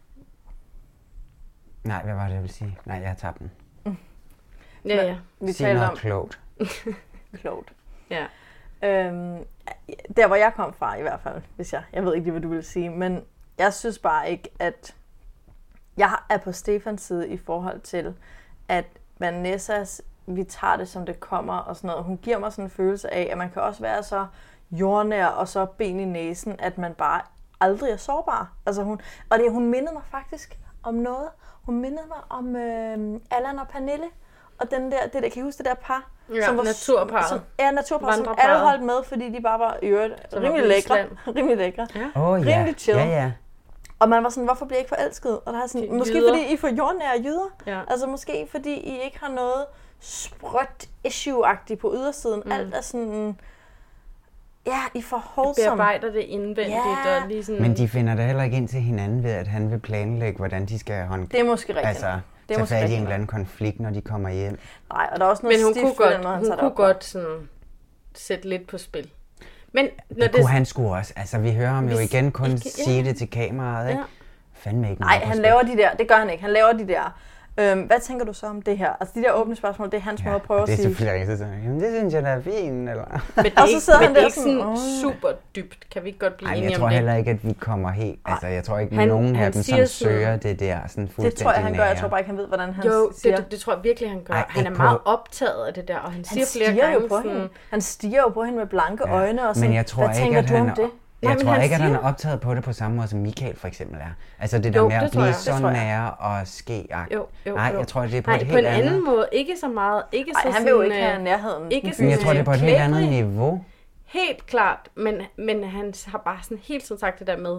nej, hvad var det, jeg ville sige? Nej, jeg har tabt den. Ja. Vi taler om klogt. Klogt. Ja. Der hvor jeg kom fra i hvert fald, jeg ved ikke lige, hvad du vil sige, men jeg synes bare ikke, at jeg er på Stefans side i forhold til, at Vanessas, vi tager det som det kommer og sådan noget. Hun giver mig sådan en følelse af, at man kan også være så jordnær og så ben i næsen, at man bare aldrig er sårbar. Altså hun mindede mig faktisk om noget. Hun mindede mig om Allan og Pernille. Og det der, kan I huske det der par? Ja, som var naturparret. Naturparret, som alle holdt med, fordi de bare var rimelig lækre. Rimelig lækre. Ja. Rimelig chill. Ja. Og man var sådan, hvorfor bliver I ikke forelsket? Og der er sådan, måske jyder. fordi I er for jordnære jyder. Ja. Altså måske fordi I ikke har noget sprødt issue-agtigt på ydersiden. Alt er sådan... Ja, I får wholesome. Bearbejder det indvendigt. Ja. Og lige sådan... Men de finder da heller ikke ind til hinanden ved, at han vil planlægge, hvordan de skal Det er måske rigtigt. Altså, det er tage fat i en eller anden konflikt, når de kommer hjem. Nej, og der er også noget men stift hun kunne godt sådan sætte lidt på spil. Men når det kunne han sgu også. Altså, vi hører ham jo igen kun sige det til kameraet, ikke? Fandme ikke. Nej, han laver de der. Det gør han ikke. Han laver de der. Hvad tænker du så om det her? Altså, de der åbne spørgsmål, det er hans måde at prøve at sige. det er selvfølgelig ikke så. Jamen, det synes jeg, der er fint, eller? Men det er ikke, men det er ikke sådan super dybt. Kan vi ikke godt blive enige om det? Jeg tror heller ikke, at vi kommer helt... Altså, jeg tror ikke, nogen af dem, som søger det der sådan fuldstændig. Det tror jeg, han gør. Jeg tror bare ikke, han ved, hvordan han siger. Det tror jeg virkelig, han gør. Han er meget optaget af det der, og han siger flere gange sådan... Han stiger jo på hende med blanke øjne og sådan, men jeg tror hvad tænker du om det? Jeg tror ikke, at han er optaget på det på samme måde, som Michael for eksempel er. Altså det der med at blive så nære og ske-agtigt. Nej, jeg tror, det er på et helt andet... på en anden måde. Ikke så meget. Ikke så han vil jo ikke have nærheden. Men jeg tror, det er på et helt andet niveau. Helt klart, men han har bare sådan helt sådan sagt det der med,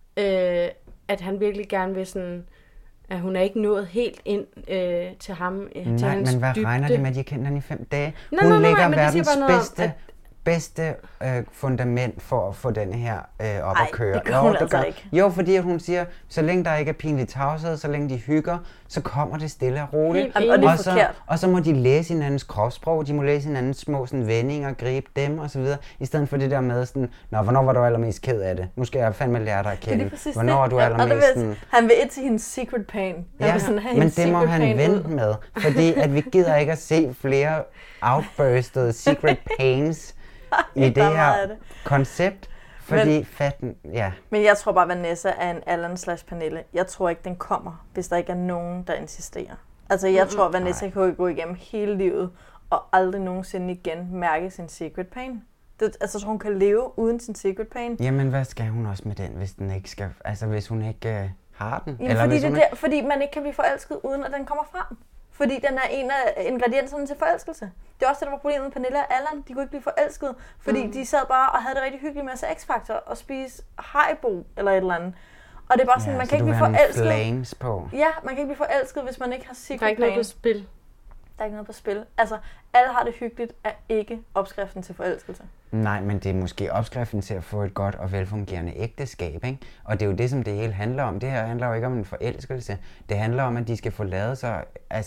at han virkelig gerne vil sådan... At hun er ikke nået helt ind til ham. Til hans men hvad dybde. regner det med, at de kender hende i 5 dage? Nej, Hun lægger verdens bedste fundament for at få den her op at køre. Det gør hun altså ikke. Jo, fordi hun siger, så længe der ikke er pinlig tavshed, så længe de hygger, så kommer det stille og roligt. Og det er forkert. Og så må de læse hinandens kropssprog, de må læse hinandens små sådan, vendinger, gribe dem og så videre, i stedet for det der med sådan, hvornår var du allermest ked af det? Nu skal jeg fandme lære dig at kende. Hvornår er du allermest sådan... Han vil ind til hendes secret pain. Ja, men det må han vente med, fordi at vi gider ikke at se flere outbursted secret pains i det her koncept, fordi Men jeg tror bare, Vanessa er en Allan/Pernille. Jeg tror ikke, den kommer, hvis der ikke er nogen, der insisterer. Altså, jeg tror, Vanessa kan gå igennem hele livet, og aldrig nogensinde igen mærke sin secret pain. Altså, så hun kan leve uden sin secret pain. Jamen, hvad skal hun også med den, hvis den ikke skal... Altså, hvis hun ikke har den? Jamen, fordi man ikke kan blive forelsket, uden at den kommer frem. Fordi den er en af ingredienserne til forelskelse. Det er også det, der var problemet med Pernille og Allan. De kunne ikke blive forelsket, fordi de sad bare og havde det rigtig hyggeligt med at se X-Factor og spise Haribo eller et eller andet. Og det er bare sådan, man kan ikke blive forelsket. På. Ja, man kan ikke blive forelsket, hvis man ikke har secret pain. Der er ikke noget på spil. Der er ikke noget på spil. Altså, alle har det hyggeligt, er ikke opskriften til forelskelse. Nej, men det er måske opskriften til at få et godt og velfungerende ægteskab, ikke? Og det er jo det, som det hele handler om. Det her handler jo ikke om en forelskelse. Det handler om, at de skal få lavet sig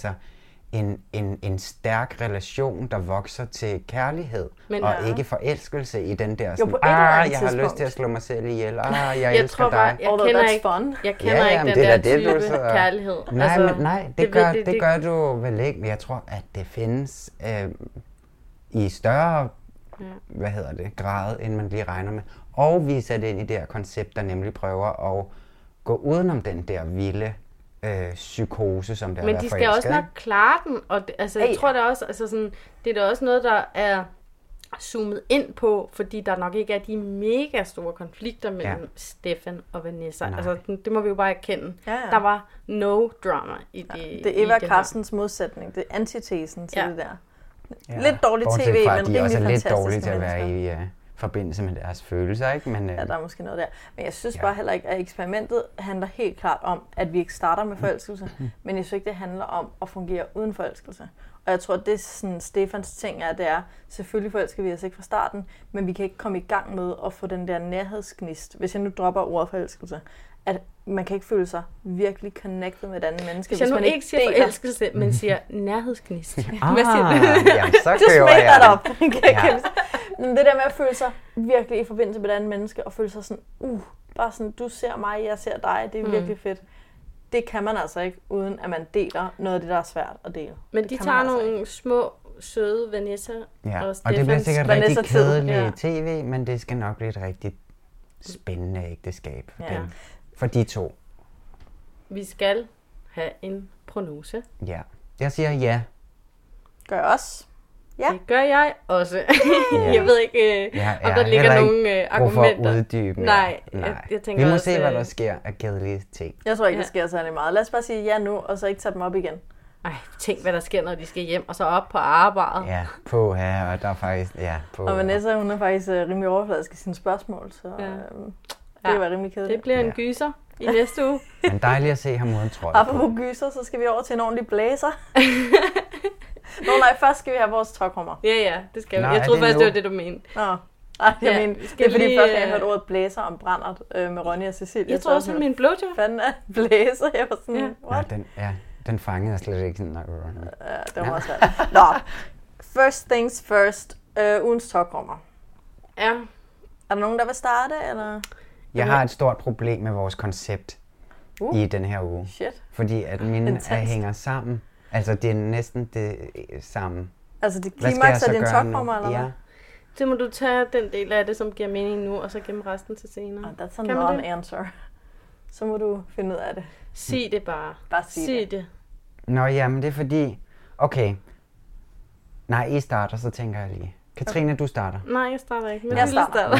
en stærk relation, der vokser til kærlighed, og ikke forelskelse i den der sådan, jeg har lyst til at slå mig selv ihjel, jeg elsker dig. Jeg kender ikke den der type kærlighed. Nej, det gør du vel ikke, men jeg tror, at det findes i større grad, end man lige regner med. Og vi er sat ind i det her koncept, der nemlig prøver at gå udenom den der vilde psykose, som der er. Men de skal også nok klare den, og jeg tror, det er også, det er da også noget, der er zoomet ind på, fordi der nok ikke er de mega store konflikter mellem Stefan og Vanessa. Nej. Altså, det må vi jo bare erkende. Ja. Der var no drama i det. Det er Eva Carstens modsætning. Det er antitesen til det der. Ja. Lidt dårligt tv, men rimelig fantastisk. De også er lidt dårlige til at være i forbindelse med deres følelser, ikke? Men, ja, der er måske noget der. Men jeg synes bare heller ikke, at eksperimentet handler helt klart om, at vi ikke starter med forelskelse, men jeg synes ikke, det handler om at fungere uden forelskelse. Og jeg tror, at det sådan Stefans ting er, det er, selvfølgelig forelsker vi os ikke fra starten, men vi kan ikke komme i gang med at få den der nærhedsgnist, hvis jeg nu dropper ordet forelskelse, at man kan ikke føle sig virkelig connected med et andet menneske. Hvis jeg nu man ikke siger forelskelse, men siger nærhedsgnist. Jamen, så kører jeg. Men det der med at føle sig virkelig i forbindelse med et andet menneske, og føle sig sådan, bare sådan, du ser mig, jeg ser dig, det er virkelig fedt. Det kan man altså ikke, uden at man deler noget af det, der er svært at dele. Men de tager nogle små søde Vanessa Ja, og og det bliver sikkert rigtig Vanessa-tid. kedeligt tv, men det skal nok blive et rigtig spændende ægteskab for dem. For de to. Vi skal have en prognose. Ja. Jeg siger ja. Gør jeg også. Ja. Det gør jeg også. Jeg ved ikke, om der ligger nogle argumenter. For at uddybe. Nej. Jeg tænker vi må også, se, hvad der sker af kedelige ting. Jeg tror ikke, der sker særlig meget. Lad os bare sige ja nu, og så ikke tage dem op igen. Ej, tænk, hvad der sker, når de skal hjem, og så op på arbejde. Ja, og der er faktisk, Og Vanessa, hun er faktisk rimelig overfladisk i sine spørgsmål, så det vil være rimelig kedeligt. Det bliver en gyser i næste uge. Men dejligt at se ham uden trøje. Apropos gyser, så skal vi over til en ordentlig blæser. Først skal vi have vores tokrummer. Ja, det skal vi. Jeg troede faktisk, det var det, du mente. Nej, jeg mener, det er fordi først, jeg hørte ordet blæser om Brandert med Ronny og Cecilie. Jeg tror også, det er min blowjob. Fanden er blæser. Jeg var sådan, what? Den fangede jeg slet ikke sådan. Det var også svært. Nå, first things first. Ugens tokrummer. Ja. Er der nogen, der vil starte, eller? Jeg har et stort problem med vores koncept i den her uge. Shit. Fordi at mine hænger sammen. Altså, det er næsten det samme. Altså, det klimakser din tokrummer, eller hvad? Ja. Så må du tage den del af det, som giver mening nu, og så gemme resten til senere. That's a non-answer. Så må du finde ud af det. Sig det bare. Bare sig det. Nå, jamen det er fordi... Okay. Nej, I starter, så tænker jeg lige. Katrine, du starter. Nej, jeg starter ikke. Men jeg starter.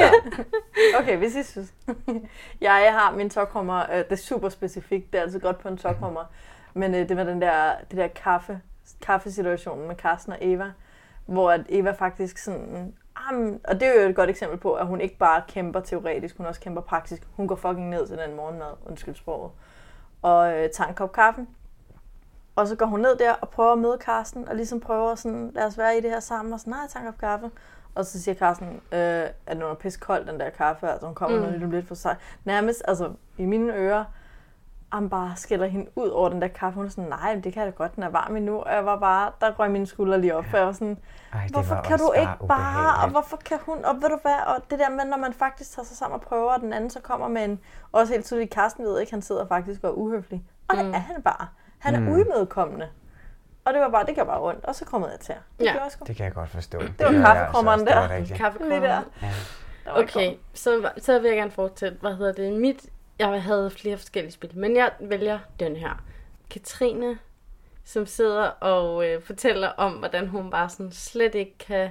Okay, hvis I synes. Jeg har min tokrummer, det er super specifikt, det er altid godt på en tokrummer. Men det var det der kaffesituationen med Karsten og Eva, hvor at Eva faktisk sådan... og det er jo et godt eksempel på, at hun ikke bare kæmper teoretisk, hun også kæmper praktisk. Hun går fucking ned til den morgenmad, undskyld sproget, og tager en kop kaffe. Og så går hun ned der og prøver at møde Karsten, og ligesom prøver sådan, lad os være i det her sammen, og sådan, nej, jeg tager en kop kaffe. Og så siger Karsten, at den er pisse kold, den der kaffe, altså hun kommer lidt for sig. Nærmest, altså i mine ører, han bare skælder hende ud over den der kaffe. Hun er sådan, nej, det kan jeg da godt, den er varm endnu. Og jeg var bare, der røg mine skuldre lige op, for jeg var sådan, hvorfor kan du ikke bare, og hvorfor kan hun, og ved du hvad, og det der med, når man faktisk tager sig sammen og prøver, og den anden så kommer med en, også helt tydeligt, Karsten ved ikke, han sidder faktisk og er uhøflig. Og det er han bare. Han er uimødekommende. Og det var bare, det gjorde bare ondt, og så kom jeg til. Det kan jeg godt forstå. Det var kaffekrummeren der. Kaffekrummeren der. Okay, så vil jeg gerne fortsætte. Jeg havde flere forskellige spil, men jeg vælger den her. Katrine, som sidder og fortæller om, hvordan hun bare sådan slet ikke kan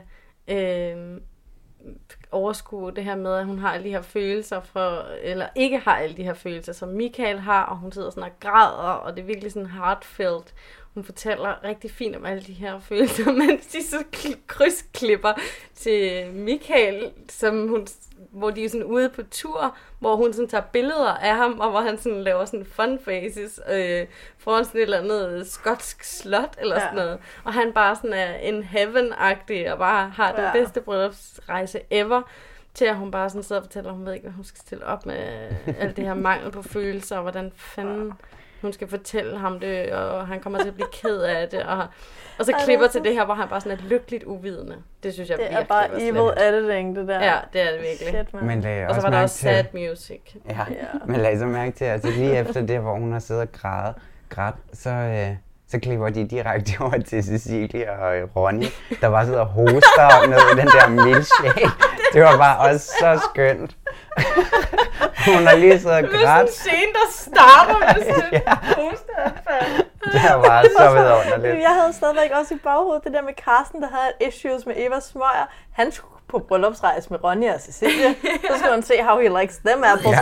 overskue det her med, at hun har alle de her følelser eller ikke har alle de her følelser, som Michael har, og hun sidder sådan og græder, og det er virkelig sådan heartfelt. Hun fortæller rigtig fint om alle de her følelser, mens de så krydsklipper til Michael, hvor de er sådan ude på tur, hvor hun sådan tager billeder af ham, og hvor han sådan laver sådan fun faces foran sådan et eller andet skotsk slot eller sådan noget. Og han bare sådan er en heaven-agtig, og bare har den bedste bryllupsrejse ever, til at hun bare sådan sidder og fortæller, at hun ved ikke, hvad hun skal stille op med alt det her mangel på følelser, og hvordan fanden hun skal fortælle ham det, og han kommer til at blive ked af det, og så klipper til det her, hvor han bare sådan er lykkeligt uvidende. Det synes jeg virkelig var slemt. Det er bare evil editing, det der. Ja, det er det virkelig. Shit, og så var der også sad music. Ja, men lad så mærke til, altså lige efter det, hvor hun har siddet og grædt, så klipper de direkte over til Cecilie og Ronny, der bare sidder og hoster ned i den der milkshake. Det var bare også så skønt. Hun har lige siddet og grædt. Det er sådan en scene, der starter med sådan en hosteanfald. Det var bare så vidunderligt. Jeg havde stadigvæk også i baghovedet det der med Karsten, der havde issues med Eva Smøger. Han skulle på bryllupsrejse med Ronny og Cecilie. Så skulle han se, how he likes them apples.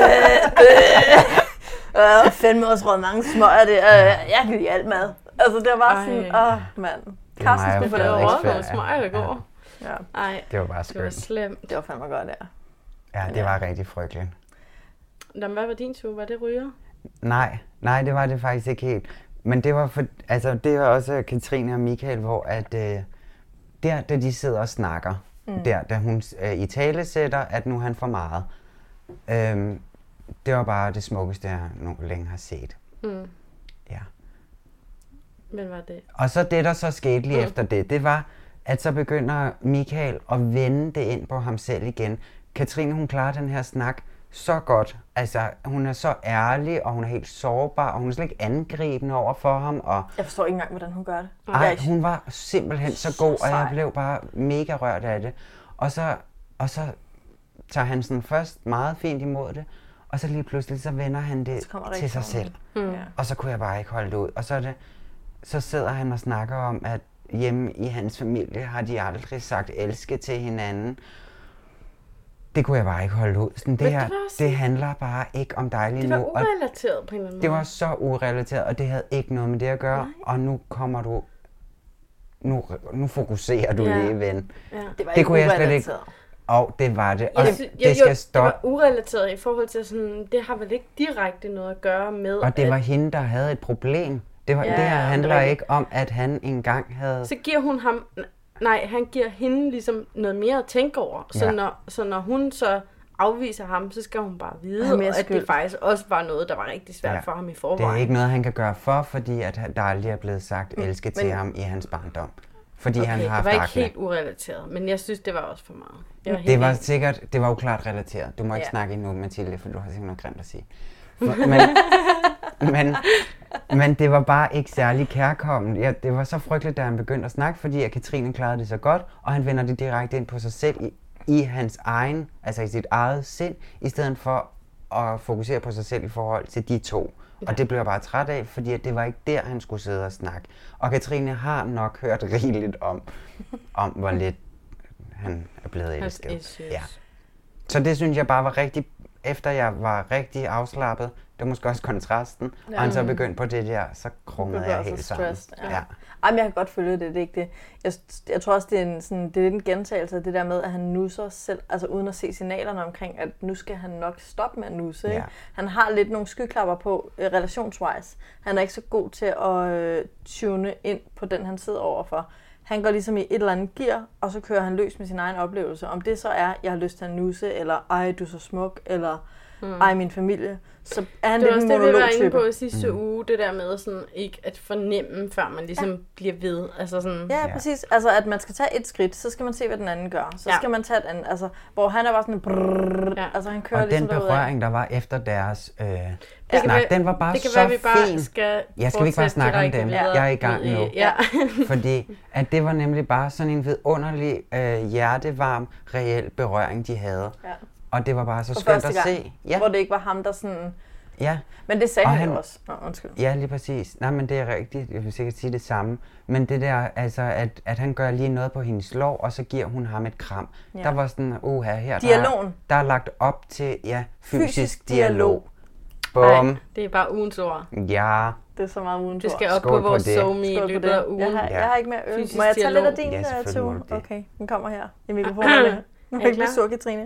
Fandme også rød mange smøger. Jeg kan lide alt mad. Altså det var bare sådan, mand. Karsten skulle på det rød nogle smøger i går. Ej, det var bare skønt. Det var slemt. Det var fandme godt, Ja, det var rigtig frygteligt. Hvad var din tur? Var det ryger? Nej, det var det faktisk ikke helt. Men det var det var også Katrine og Michael, hvor at da de sidder og snakker, da hun i tale sætter, at nu han for meget. Det var bare det smukkeste, jeg længe har set. Ja. Men var det? Og så det, der så skete lige efter det var, at så begynder Michael at vende det ind på ham selv igen. Katrine, hun klarer den her snak så godt. Altså, hun er så ærlig, og hun er helt sårbar, og hun er slet ikke angribende over for ham. Og jeg forstår ikke engang, hvordan hun gør det. Ej, hun var simpelthen så god, og jeg blev bare mega rørt af det. Og så tager han sådan først meget fint imod det, og så lige pludselig så vender han det til sig selv. Og så kunne jeg bare ikke holde det ud. Og så sidder han og snakker om, at hjemme i hans familie har de aldrig sagt elske til hinanden. Det kunne jeg bare ikke holde ud. Sådan, det her, det handler bare ikke om dig lige nu. Det var urelateret på en eller anden måde. Det var så urelateret, og det havde ikke noget med det at gøre. Nej. Og nu kommer du... Nu fokuserer du lige, ven. Ja. Det var ikke kunne jeg slet ikke. Og det var det. Og det skal stoppe. Det var urelateret i forhold til sådan... Det har vel ikke direkte noget at gøre med... Og det var hende, der havde et problem. Det her handler ikke om, at han engang havde... Så giver hun ham... Nej, han giver hende ligesom noget mere at tænke over. Så når hun så afviser ham, så skal hun bare vide, at det faktisk også var noget, der var rigtig svært for ham i forvejen. Det er ikke noget, han kan gøre for, fordi at der aldrig er blevet sagt elske til ham i hans barndom. Fordi han har det var ikke helt urelateret, men jeg synes, det var også for meget. Det var jo klart relateret. Du må ikke snakke endnu, Mathilde, for du har simpelthen noget grimt at sige. Men det var bare ikke særlig kærkommen. Ja, det var så frygteligt, da han begyndte at snakke, fordi at Katrine klarede det så godt, og han vender det direkte ind på sig selv i hans egen, altså i sit eget sind, i stedet for at fokusere på sig selv i forhold til de to. Ja. Og det blev jeg bare træt af, fordi det var ikke der, han skulle sidde og snakke. Og Katrine har nok hørt rigeligt om hvor lidt han er blevet elsket. Ja. Så det synes jeg bare var rigtig, efter jeg var rigtig afslappet, det var måske også kontrasten, og han så begyndte på det der, så krummede jeg helt sammen. Ja. Ej, men jeg kan godt følge det er ikke det. Jeg tror også, det er lidt en gentagelse af det der med, at han nusser selv, altså uden at se signalerne omkring, at nu skal han nok stoppe med at nusse. Ja. Han har lidt nogle skyklapper på relationswise. Han er ikke så god til at tune ind på den, han sidder overfor. Han går ligesom i et eller andet gear, og så kører han løs med sin egen oplevelse. Om det så er, jeg har lyst til at nusse, eller ej, du er så smuk, eller ej, min familie. Så er han lidt en monologtype. Det var også det, vi var inde på sidste uge, det der med sådan, ikke at fornemme, før man ligesom bliver ved. Altså sådan, præcis. Altså, at man skal tage et skridt, så skal man se, hvad den anden gør. Så skal man tage et andet. Altså, hvor han er bare sådan brrrr, altså han kører og ligesom den berøring, der var efter deres snak, den var bare så fin. Skal vi ikke bare snakke om dem? Jeg er i gang nu. Fordi at det var nemlig bare sådan en vidunderlig, hjertevarm, reel berøring, de havde. Ja. Og det var bare så skønt at se. Ja. Hvor det ikke var ham, der sådan... Ja. Men det sagde han jo også. Undskyld. Ja, lige præcis. Nej, men det er rigtigt. Jeg vil sikkert sige det samme. Men det der, altså, at han gør lige noget på hendes lår, og så giver hun ham et kram. Ja. Der var sådan, her, der er lagt op til, fysisk dialog. Bum. Nej, det er bare ugens ord. Ja. Det er så meget ugens ord. Det skal op på vores SoMe i løbet af ugen. Jeg har ikke mere øl. Må jeg tage lidt af din, Tue? Okay, den kommer her i mikrofonen. Nu kan jeg ikke blive sur, Katrine.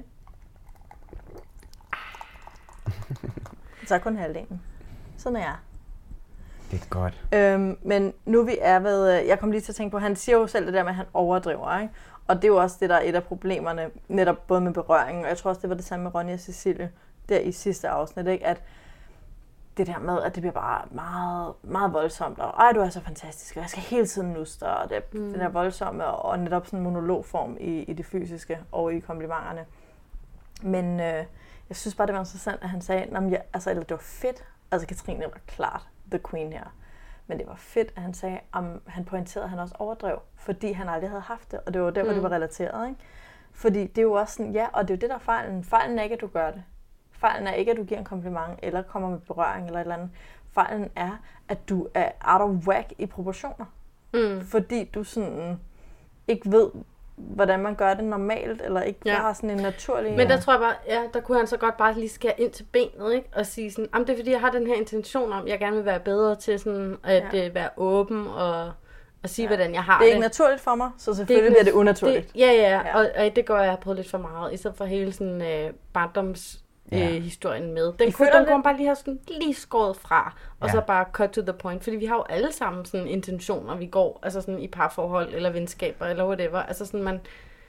Så kun halvdelen. Sådan er jeg. Det er godt. Men nu vi er ved... Jeg kom lige til at tænke på, han siger jo selv det der med, at han overdriver, ikke? Og det er jo også det, der er et af problemerne, netop både med berøringen, og jeg tror også, det var det samme med Ronja og Cecilie, der i sidste afsnit, ikke? At det der med, at det bliver bare meget, meget voldsomt, og du er så fantastisk, og jeg skal hele tiden nusse dig, og det, den der voldsomme, og netop sådan en monologform i det fysiske, og i komplimenterne. Men jeg synes bare, det var interessant, at han sagde, eller det var fedt, altså Katrine var klart the queen her, men det var fedt, at han sagde, han pointerede, at han også overdrev, fordi han aldrig havde haft det, og det var der, hvor det var relateret, ikke? Fordi det er jo også sådan, og det er jo det, der er fejlen. Fejlen er ikke, at du gør det. Fejlen er ikke, at du giver en kompliment, eller kommer med berøring, eller et eller andet. Fejlen er, at du er out of whack i proportioner. Fordi du sådan ikke ved, hvordan man gør det normalt, eller ikke har sådan en naturlig... Men der tror jeg bare, der kunne han så godt bare lige skære ind til benet, ikke? Og sige sådan, det er fordi, jeg har den her intention om, jeg gerne vil være bedre til sådan, at være åben og sige, hvordan jeg har det. Det er ikke naturligt for mig, så selvfølgelig bliver det unaturligt. Og det går jeg på lidt for meget, i stedet for hele sådan barndoms... historien med. Den kunne man bare lige have sådan lige skåret fra, og så bare cut to the point, fordi vi har jo alle sammen sådan intentioner, vi går, altså sådan i parforhold, eller venskaber, eller whatever, altså sådan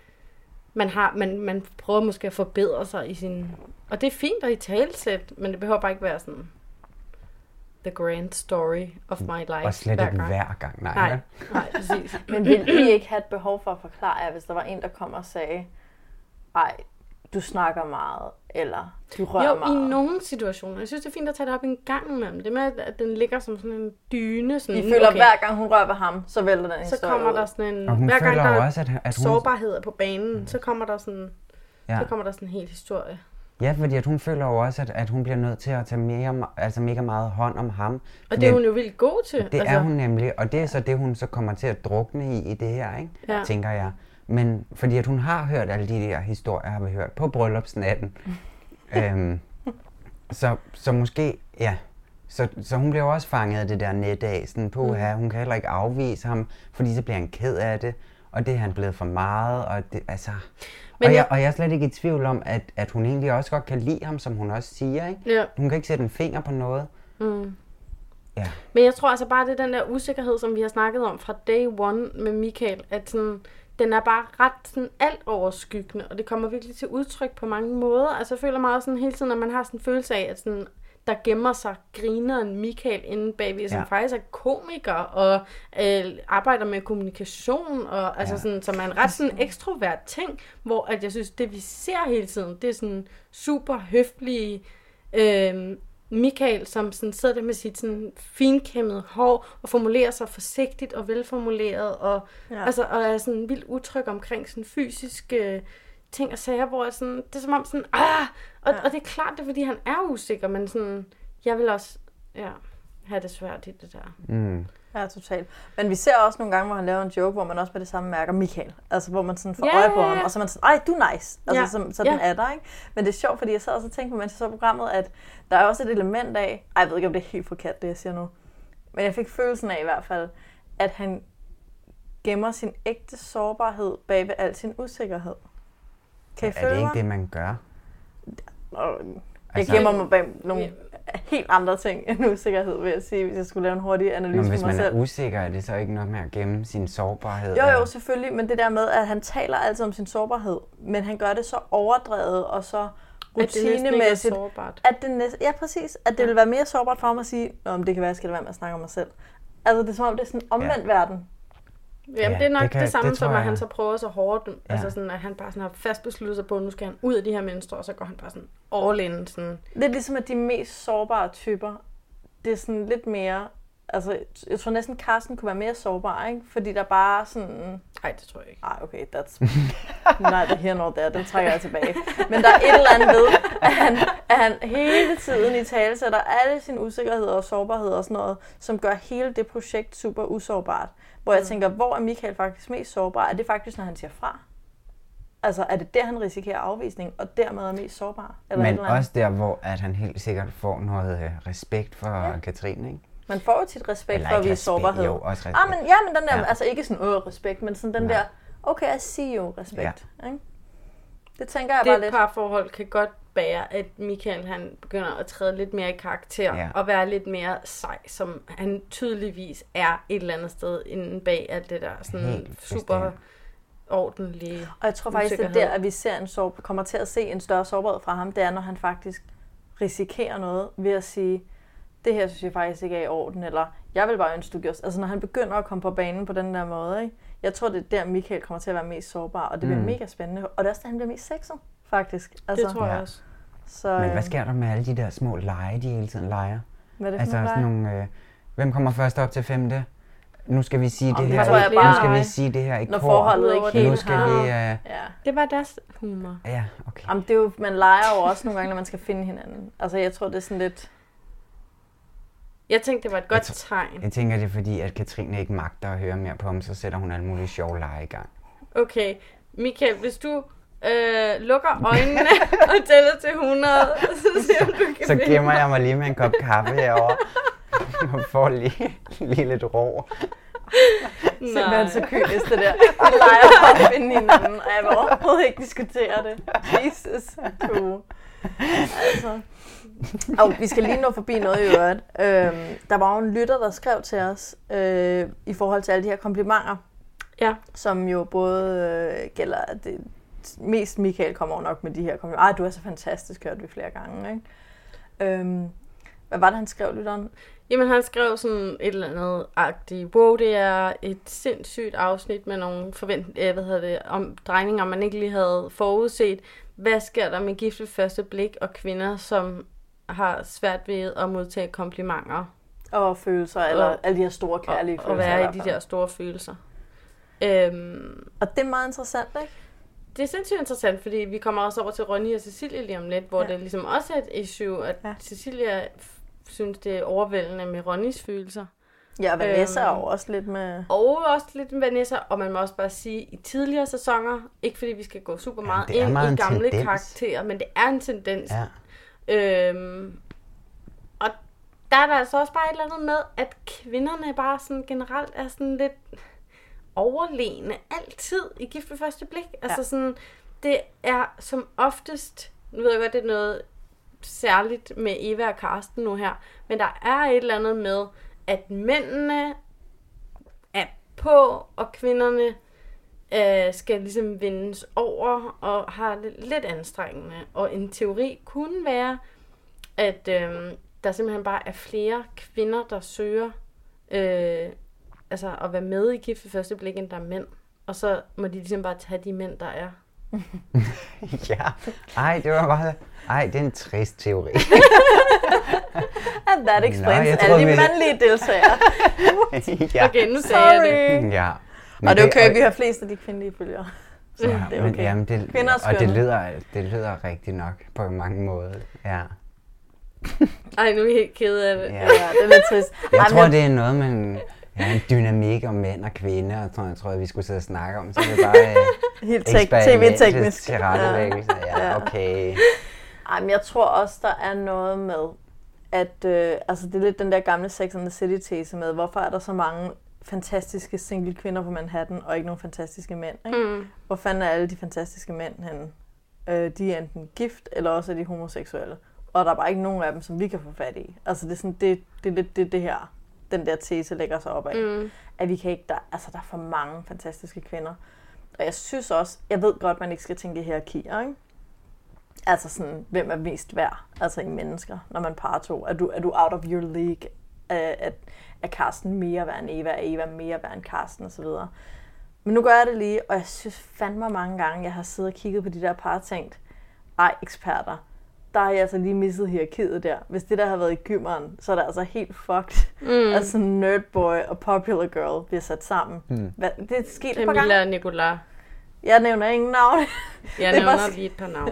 man prøver måske at forbedre sig i sin, og det er fint at i talesæt, men det behøver bare ikke være sådan the grand story of my life. Og slet ikke hver gang, nej, præcis. Men vil I ikke have et behov for at forklare jer, hvis der var en, der kom og sagde, du snakker meget, eller du rører meget. Jo, i nogle situationer. Jeg synes, det er fint at tage det op en gang imellem. Det med, at den ligger som sådan en dyne. Sådan, I føler, hver gang hun rører ved ham, så vælter den historie. Så kommer der sådan en... Og hun hver gang føler der også, at hun... sårbarhed er på banen, så kommer der sådan... Så kommer der sådan en hel historie. Ja, fordi at hun føler jo også, at hun bliver nødt til at tage mega meget hånd om ham. Og det er hun jo vildt god til. Det er hun nemlig, og det er så det, hun så kommer til at drukne i det her, ikke? Ja. Tænker jeg. Men fordi at hun har hørt alle de der historier, har vi hørt på bryllupsnatten. Så måske, ja. Så hun bliver også fanget af det der net af, sådan på her. Hun kan heller ikke afvise ham, fordi så bliver han ked af det. Og det er han blevet for meget, og det, altså... Og jeg er slet ikke i tvivl om, at hun egentlig også godt kan lide ham, som hun også siger, ikke? Ja. Hun kan ikke sætte en finger på noget. Ja. Men jeg tror altså bare, det er den der usikkerhed, som vi har snakket om fra day one med Michael, at sådan, den er bare ret sådan alt overskyggende, og det kommer virkelig til udtryk på mange måder. Altså jeg føler meget sådan hele tiden, at man har sådan en følelse af, at sådan, der gemmer sig grineren Michael inde bagved, som faktisk er komiker og arbejder med kommunikation, og altså sådan, som er en ret sådan ekstrovert ting, hvor at jeg synes, det vi ser hele tiden, det er sådan super høflige Michael, som sådan sidder der med sit sådan finkæmmede hår og formulerer sig forsigtigt og velformuleret og, altså, og er sådan vildt utryg omkring sådan fysiske ting og sager, hvor sådan, det er som om sådan, og det er klart, det er fordi han er usikker, men sådan, jeg vil også have det svært i det der. Ja, totalt. Men vi ser også nogle gange, hvor han laver en joke, hvor man også med det samme mærker Michael. Altså, hvor man sådan får øje på ham, og så er man sådan, ej, du er nice. Altså, så den er der, ikke? Men det er sjovt, fordi jeg sad også og tænkte på, mens jeg så programmet, at der er også et element af, jeg ved ikke, om det er helt forkert, det jeg siger nu, men jeg fik følelsen af i hvert fald, at han gemmer sin ægte sårbarhed bag ved al sin usikkerhed. Kan I føle mig? Er det ikke det, man gør? Jeg gemmer mig bag nogle helt andre ting end usikkerhed, vil jeg sige, hvis jeg skulle lave en hurtig analyse for mig selv. Hvis man er usikker, er det så ikke nok med at gemme sin sårbarhed? Jo, selvfølgelig, men det der med, at han taler altid om sin sårbarhed, men han gør det så overdrevet og så rutinemæssigt, at det næsten, ja, præcis, at det vil være mere sårbart for ham at sige, det kan være, jeg skal lade være med at snakke om mig selv. Altså, det er som om, det er sådan en omvendt verden. Jamen, det er nok det samme, som at han så prøver så hårdt, altså sådan, at han bare sådan har fast besluttet sig på, at nu skal han ud af de her mennesker, og så går han bare sådan all in. Sådan. Det er ligesom, at de mest sårbare typer, det er sådan lidt mere, altså, jeg tror næsten, Carsten kunne være mere sårbar, ikke? Fordi der bare sådan... Nej, det tror jeg ikke. Nej, okay, that's... Nej, det her noget der, den trækker jeg tilbage. Men der er et eller andet ved, at han hele tiden i tale sætter alle sine usikkerheder og sårbarheder og sådan noget, som gør hele det projekt super usårbart. Hvor jeg tænker, hvor er Michael faktisk mest sårbar? Er det faktisk, når han siger fra? Altså, er det der, han risikerer afvisning, og dermed er mest sårbar? Eller men også der, hvor at han helt sikkert får noget respekt for Katrine, ikke? Man får jo tit respekt for at vise sårbarhed. Jo, også respekt. Men den der, altså ikke sådan respekt, men sådan den der, okay, I see you respekt. Ikke? Det tænker jeg bare lidt. Det parforhold kan godt bære, at Michael han begynder at træde lidt mere i karakter, og være lidt mere sej, som han tydeligvis er et eller andet sted inde bag alt det der sådan super ordentlige. Og jeg tror faktisk, det er der, at vi ser kommer til at se en større sårbarhed fra ham, det er, når han faktisk risikerer noget ved at sige, det her synes jeg faktisk ikke er i orden, eller jeg vil bare ønske, du gjorde. Altså når han begynder at komme på banen på den der måde, ikke? Jeg tror, det er der, Michael kommer til at være mest sårbar, og det bliver mega spændende. Og det er også der, han bliver mest sexet, faktisk. Altså, det tror jeg også. Så, men hvad sker der med alle de der små lege, de hele tiden leger? Hvad er det for sådan nogle, hvem kommer først op til 5. Nu skal vi sige det her. Nu skal vi sige det her i når forholdet ikke helt nu skal vi, det var deres humor. Ja, okay. Jamen, det er jo, man leger jo også nogle gange, når man skal finde hinanden. Altså, jeg tror, det er sådan lidt... Jeg tænkte, det var et godt tegn. Jeg tænker, det er fordi, at Katrine ikke magter at høre mere på ham, så sætter hun alle mulige sjove lege i gang. Okay, Michael, hvis du lukker øjnene og tæller til 100, så ser du kan så gemmer jeg mig lige med en kop kaffe herovre og får lige lidt ro. Simpelthen så kynisk det der. Vi leger for at finde hinanden, og jeg vil overhovedet ikke diskutere det. Jesus, cool. Altså... vi skal lige nå forbi noget i øvrigt. Der var jo en lytter, der skrev til os i forhold til alle de her komplimenter, som jo både gælder det mest Michael kommer over nok med de her komplimenter. Du er så fantastisk, hørte vi flere gange, ikke? Hvad var det, han skrev, lytteren? Jamen, han skrev sådan et eller andet agtigt. Wow, det er et sindssygt afsnit med nogle om drejninger, man ikke lige havde forudset. hvad sker der med gift ved første blik, og kvinder, som har svært ved at modtage komplimenter. Og følelser, eller alle de her store kærlige følelser. Og være i de der store følelser. Og det er meget interessant, ikke? Det er sindssygt interessant, fordi vi kommer også over til Ronny og Cecilie lige om lidt, hvor det ligesom også er et issue, at Cecilia synes, det er overvældende med Ronnys følelser. Ja, Vanessa er også lidt med... Og også lidt med Vanessa, og man må også bare sige, i tidligere sæsoner, ikke fordi vi skal gå super meget ind i gamle karakterer, men det er en tendens. Ja. Og der er der altså også bare et eller andet med, at kvinderne bare sådan generelt er sådan lidt overlegne altid i gift ved første blik. Altså sådan, det er som oftest, nu ved jeg godt, det er noget særligt med Eva og Karsten nu her, men der er et eller andet med, at mændene er på, og kvinderne skal ligesom vindes over, og har det lidt anstrengende. Og en teori kunne være, at der simpelthen bare er flere kvinder, der søger altså at være med i gift ved første blik, end der er mænd. Og så må de ligesom bare tage de mænd, der er. Ja. Det var bare... det er en trist teori. And that explains alle de mandlige deltagere. Okay, nu sagde jeg det. Ja. Og det er okay, vi har flest af de kvindelige følgere. Så det er okay. Jamen, det lyder rigtigt nok på mange måder. Ja. Ej, nu er jeg helt ked af det. Ja, det er lidt trist. Jeg tror, det er noget med en dynamik om mænd og kvinder, og jeg tror, vi skulle sidde og snakke om. Så det er bare helt tv-teknisk. Tilrettelæggelse. Ja, okay. Ej, men jeg tror også, der er noget med, at altså det er lidt den der gamle Sex and the City-tese med, hvorfor er der så mange fantastiske single kvinder på Manhattan, og ikke nogen fantastiske mænd, ikke? Hvor fanden er alle de fantastiske mænd henne? De er enten gift, eller også er de homoseksuelle. Og der er bare ikke nogen af dem, som vi kan få fat i. Altså det er sådan, det er lidt det her, den der tese lægger sig op af. At vi kan ikke, der er for mange fantastiske kvinder. Og jeg synes også, jeg ved godt, man ikke skal tænke i hierarkier, ikke? Altså sådan, hvem er mest værd, altså i mennesker, når man parer to. Er du out of your league? Er Karsten mere værd end Eva? Er Eva mere værd end Karsten? Og så videre. Men nu gør jeg det lige, og jeg synes fandme mange gange, jeg har siddet og kigget på de der par og tænkt, eksperter, der har jeg altså lige misset hierarkiet der. Hvis det der har været i gymmeren, så er det altså helt fucked. Altså nerdboy og popular girl bliver sat sammen. Det er sket et par gange. Camilla og Nicolai. Jeg nævner ingen navn. Jeg nævner lige et par navn.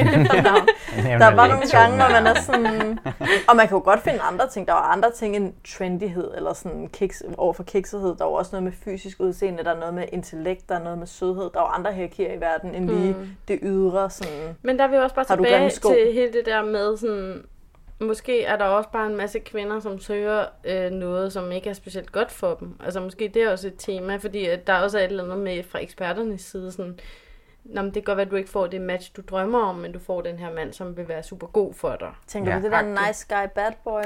Der er bare nogle gange, hvor man er sådan... Og man kan jo godt finde andre ting. Der er andre ting end trendighed, eller sådan overfor kiksethed. Der er også noget med fysisk udseende, der er noget med intellekt, der er noget med sødhed. Der er andre hierarkier i verden, end lige det ydre. Sådan, men der er vi også bare tilbage til hele det der med sådan... Måske er der også bare en masse kvinder, som søger noget, som ikke er specielt godt for dem. Altså måske det er også et tema, fordi der er også et eller andet med fra eksperternes side. Sådan, det kan godt være, at du ikke får det match, du drømmer om, men du får den her mand, som vil være super god for dig. Tænker du det der nice guy, bad boy?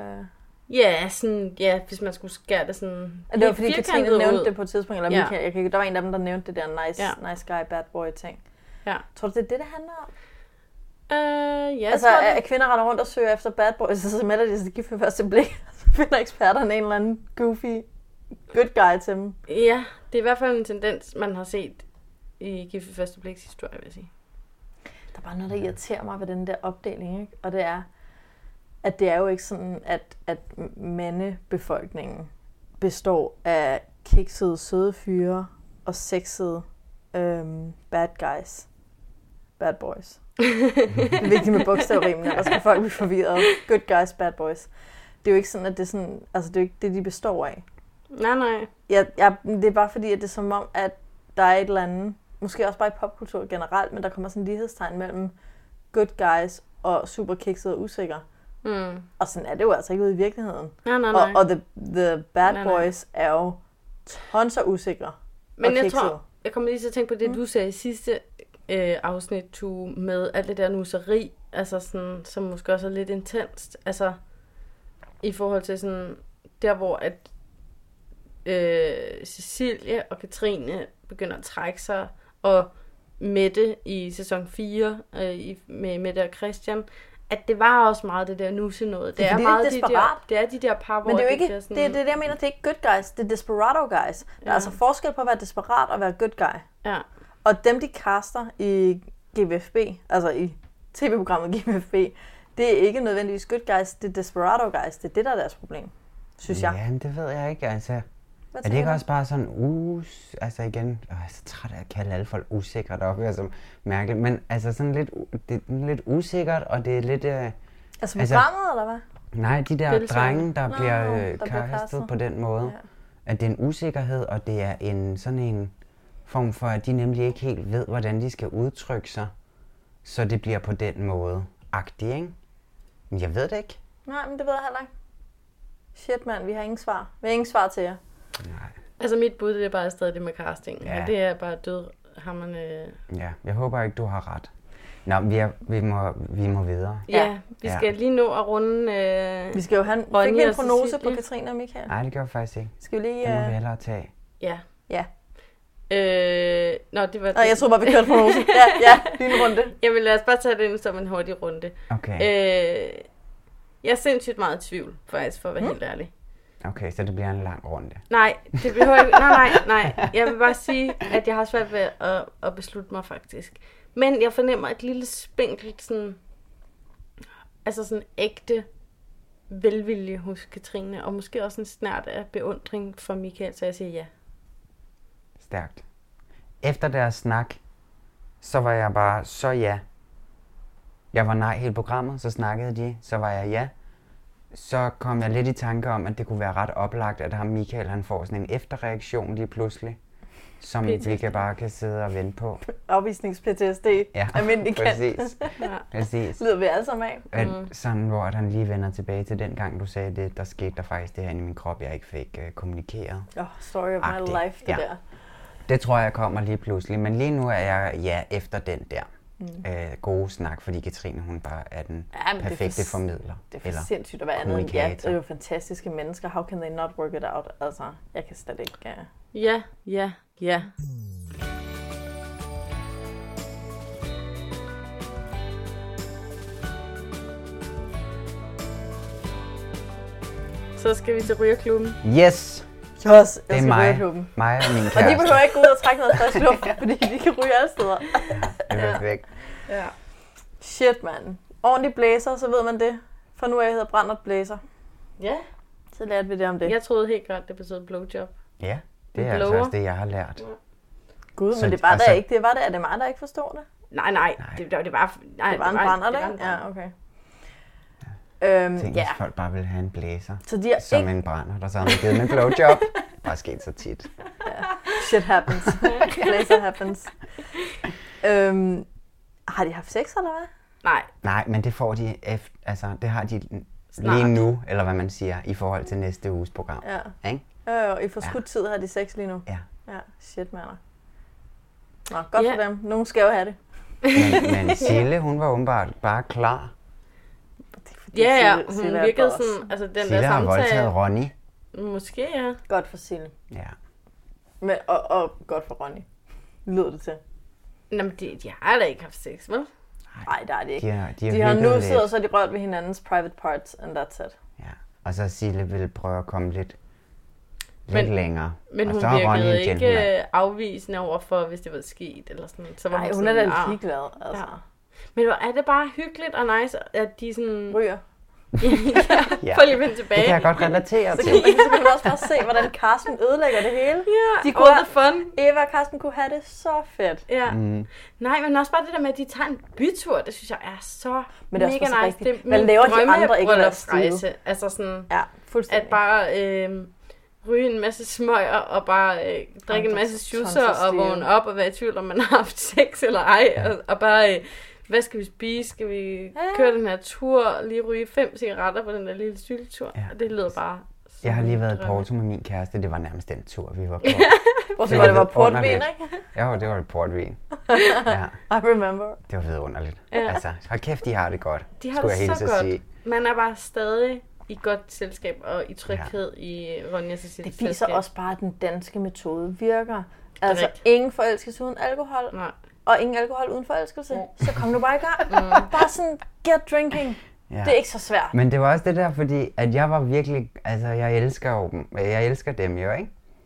Ja, hvis man skulle skære det sådan... Det var fordi Katrine nævnte det på et tidspunkt, eller Michael, der var en af dem, der nævnte det der nice guy, bad boy ting. Ja. Tror du, det er det handler om? Altså, at kvinder render rundt og søger efter bad boys, så melder de sig gift ved første blik, så finder eksperterne en eller anden goofy good guy til dem. Ja, det er i hvert fald en tendens, man har set i gift ved første bliks historie, vil jeg sige. Der er bare noget, der irriterer mig ved den der opdeling, ikke? Og det er, at det er jo ikke sådan, at mandebefolkningen består af kiksede, søde fyre og sexede bad guys. Bad boys. Det er vigtigt med bogstavrimene, der skal folk blive forvirret. Good guys, bad boys. Det er jo ikke sådan, at det er sådan, altså det er jo ikke det, de består af. Nej. Det er bare fordi, at det er som om, at der er et eller andet, måske også bare i popkultur generelt, men der kommer sådan en lighedstegn mellem good guys og super kiksede og usikre. Og sådan er det jo altså ikke ude i virkeligheden. Nej. Og the bad boys er jo tons af usikre. Men jeg tror, jeg kommer lige til at tænke på det, du sagde i sidste afsnit med alt det der nusseri, altså sådan, som måske også er lidt intenst, altså i forhold til sådan, der hvor at Cecilie og Katrine begynder at trække sig, og Mette i sæson 4, med Mette og Christian, at det var også meget det der nusse noget. Det er meget det er de der par, hvor men det er jo ikke, sådan... det er det, jeg mener, det er ikke good guys, det er desperado guys. Der er altså forskel på at være desperat og være good guy. Ja. Og dem, de caster i GVFB, altså i tv-programmet GVFB, det er ikke nødvendigvis good guys, det er desperado guys. Det er det, der er deres problem, synes jeg. Ja, det ved jeg ikke, altså. Er det ikke også bare sådan altså igen, jeg er så træt af at kalde alle folk usikre deroppe, altså mærkeligt, men altså sådan lidt, det er lidt usikkert, og det er lidt... Altså programmet, eller hvad? Nej, de der drenge, der bliver castet på den måde, ja. At det er en usikkerhed, og det er en sådan en form for, at de nemlig ikke helt ved, hvordan de skal udtrykke sig, så det bliver på den måde agtigt, ikke? Men jeg ved det ikke. Nej, men det ved jeg heller ikke. Shit, mand, vi har ingen svar. Vi har ingen svar til jer. Nej. Altså mit bud, det er bare stadig det med casting. Ja. Det er bare død hammerne. Ja, jeg håber ikke, du har ret. Nå, vi må videre. Ja, vi skal lige nå at runde... vi skal jo have en prognose på Katrine og Michael. Nej, det gør vi faktisk ikke. Skal vi lige... Det må vi hellere tage. Ja. Det var... jeg tror bare, vi kørte prognosen. ja, lige en runde. Jamen lad os bare tage det ind som en hurtig runde. Okay. Jeg er sindssygt meget i tvivl, faktisk, for at være helt ærlig. Okay, så det bliver en lang runde. Nej, det behøver ikke... Nej. Jeg vil bare sige, at jeg har svært ved at beslutte mig, faktisk. Men jeg fornemmer et lille spinkelt, sådan ægte velvilje hos Katrine, og måske også en snert af beundring for Michael, så jeg siger ja. Stærkt. Efter deres snak, så var jeg bare så ja. Jeg var nej hele programmet, så snakkede de, så var jeg ja. Så kom jeg lidt i tanke om, at det kunne være ret oplagt, at ham Michael, han får sådan en efterreaktion lige pludselig, som vi bare kan sidde og vente på. Afvisnings-PTSD. Ja, almindelig præcis. Præcis. Lyder vi alle sammen af. Sådan, hvor han lige vender tilbage til den gang, du sagde det, der skete der faktisk det her inde i min krop, jeg ikke fik kommunikeret. Story of my life, det der. Det tror jeg kommer lige pludselig, men lige nu er jeg efter den der gode snak, fordi Katrine, hun bare er den perfekte formidler. Det er for sindssygt at være andet. Ja, det er jo fantastiske mennesker. How can they not work it out? Altså, jeg kan slet ikke... Ja. Så skal vi til rygerklubben. Yes! Det er mig og min kæreste. Og de behøver ikke gå ud og trække noget frisk luft, fordi de kan ryge alle steder. Det er perfekt. Ja. Shit, mand. Ordentlig blæser, så ved man det. For nu af hedder Brandert Blæser. Ja. Så lærte vi det om det. Jeg troede helt klart, det betød blowjob. Ja, det er altså også det, jeg har lært. Gud, men det var der ikke. Det var det. Er det mig, der ikke forstår det? Nej. Det var det var en brændert, ikke? Ja, okay. Tænk, hvis folk bare ville have en blæser, som en brænder, der så har man givet med en blowjob. Bare sket så tit. Ja. Shit happens. Blæser happens. Har de haft sex, eller hvad? Nej, men det får de efter, det har de snart. Lige nu, eller hvad man siger, i forhold til næste uges program. Ja. Ikke? I forskudt tid har de sex lige nu. Ja. Shit, mander. Nå, godt for dem. Nogen skal jo have det. Men Sille, hun var åbenbart bare klar. Ja, hun virkede sådan, altså den Sille der samtale... har voldtaget Ronny. Måske, ja. Godt for Sille. Ja. Men, og godt for Ronny. Lyder det til. Nå, men de har da ikke haft sex, vel? Nej, det har de ikke. De har nu siddet, og så de rørt ved hinandens private parts, and that's it. Ja, og så Sille ville prøve at komme lidt længere. Men hun virkede ikke afvisende overfor, hvis det var sket, eller sådan. Så var hun er da ligeglad, altså. Ja. Men er det bare hyggeligt og nice, at de sådan... ryger? For lige at vende tilbage. Det kan jeg godt relatere til. Så kan du også bare se, hvordan Carsten ødelægger det hele. Ja, all the fun. Eva og Carsten kunne have det så fedt. Ja. Nej, men også bare det der med, at de tager en bytur, det synes jeg er så men det er mega nice. Det er laver de andre ikke rejse. Altså sådan, fuldstændig. At bare ryge en masse smøger og bare drikke en masse schusser og vågne op og være i tvivl, om man har haft sex eller ej. Og bare... hvad skal vi spise? Skal vi køre den her tur? Lige ryge 5 cigaretter på den der lille cykeltur? Ja. Det lyder bare... Jeg har lige været i Porto med min kæreste. Det var nærmest den tur, vi var på. Hvorfor det var portvin, ikke? Ja, det var et portvin. Ja. I remember. Det var vidunderligt. Ja. Altså, hold kæft, de har det godt. De har det så godt. Sige. Man er bare stadig i godt selskab og i tryghed i Ronja og Cecilie. Det viser også bare, at den danske metode virker. Altså, ingen forelskelse uden alkohol. Nej. Og ingen alkohol uden forelskelse. Så kom nu bare i gang. Bare sådan, get drinking. Ja. Det er ikke så svært. Men det var også det der, fordi at jeg var virkelig, altså jeg elsker dem jo, ikke?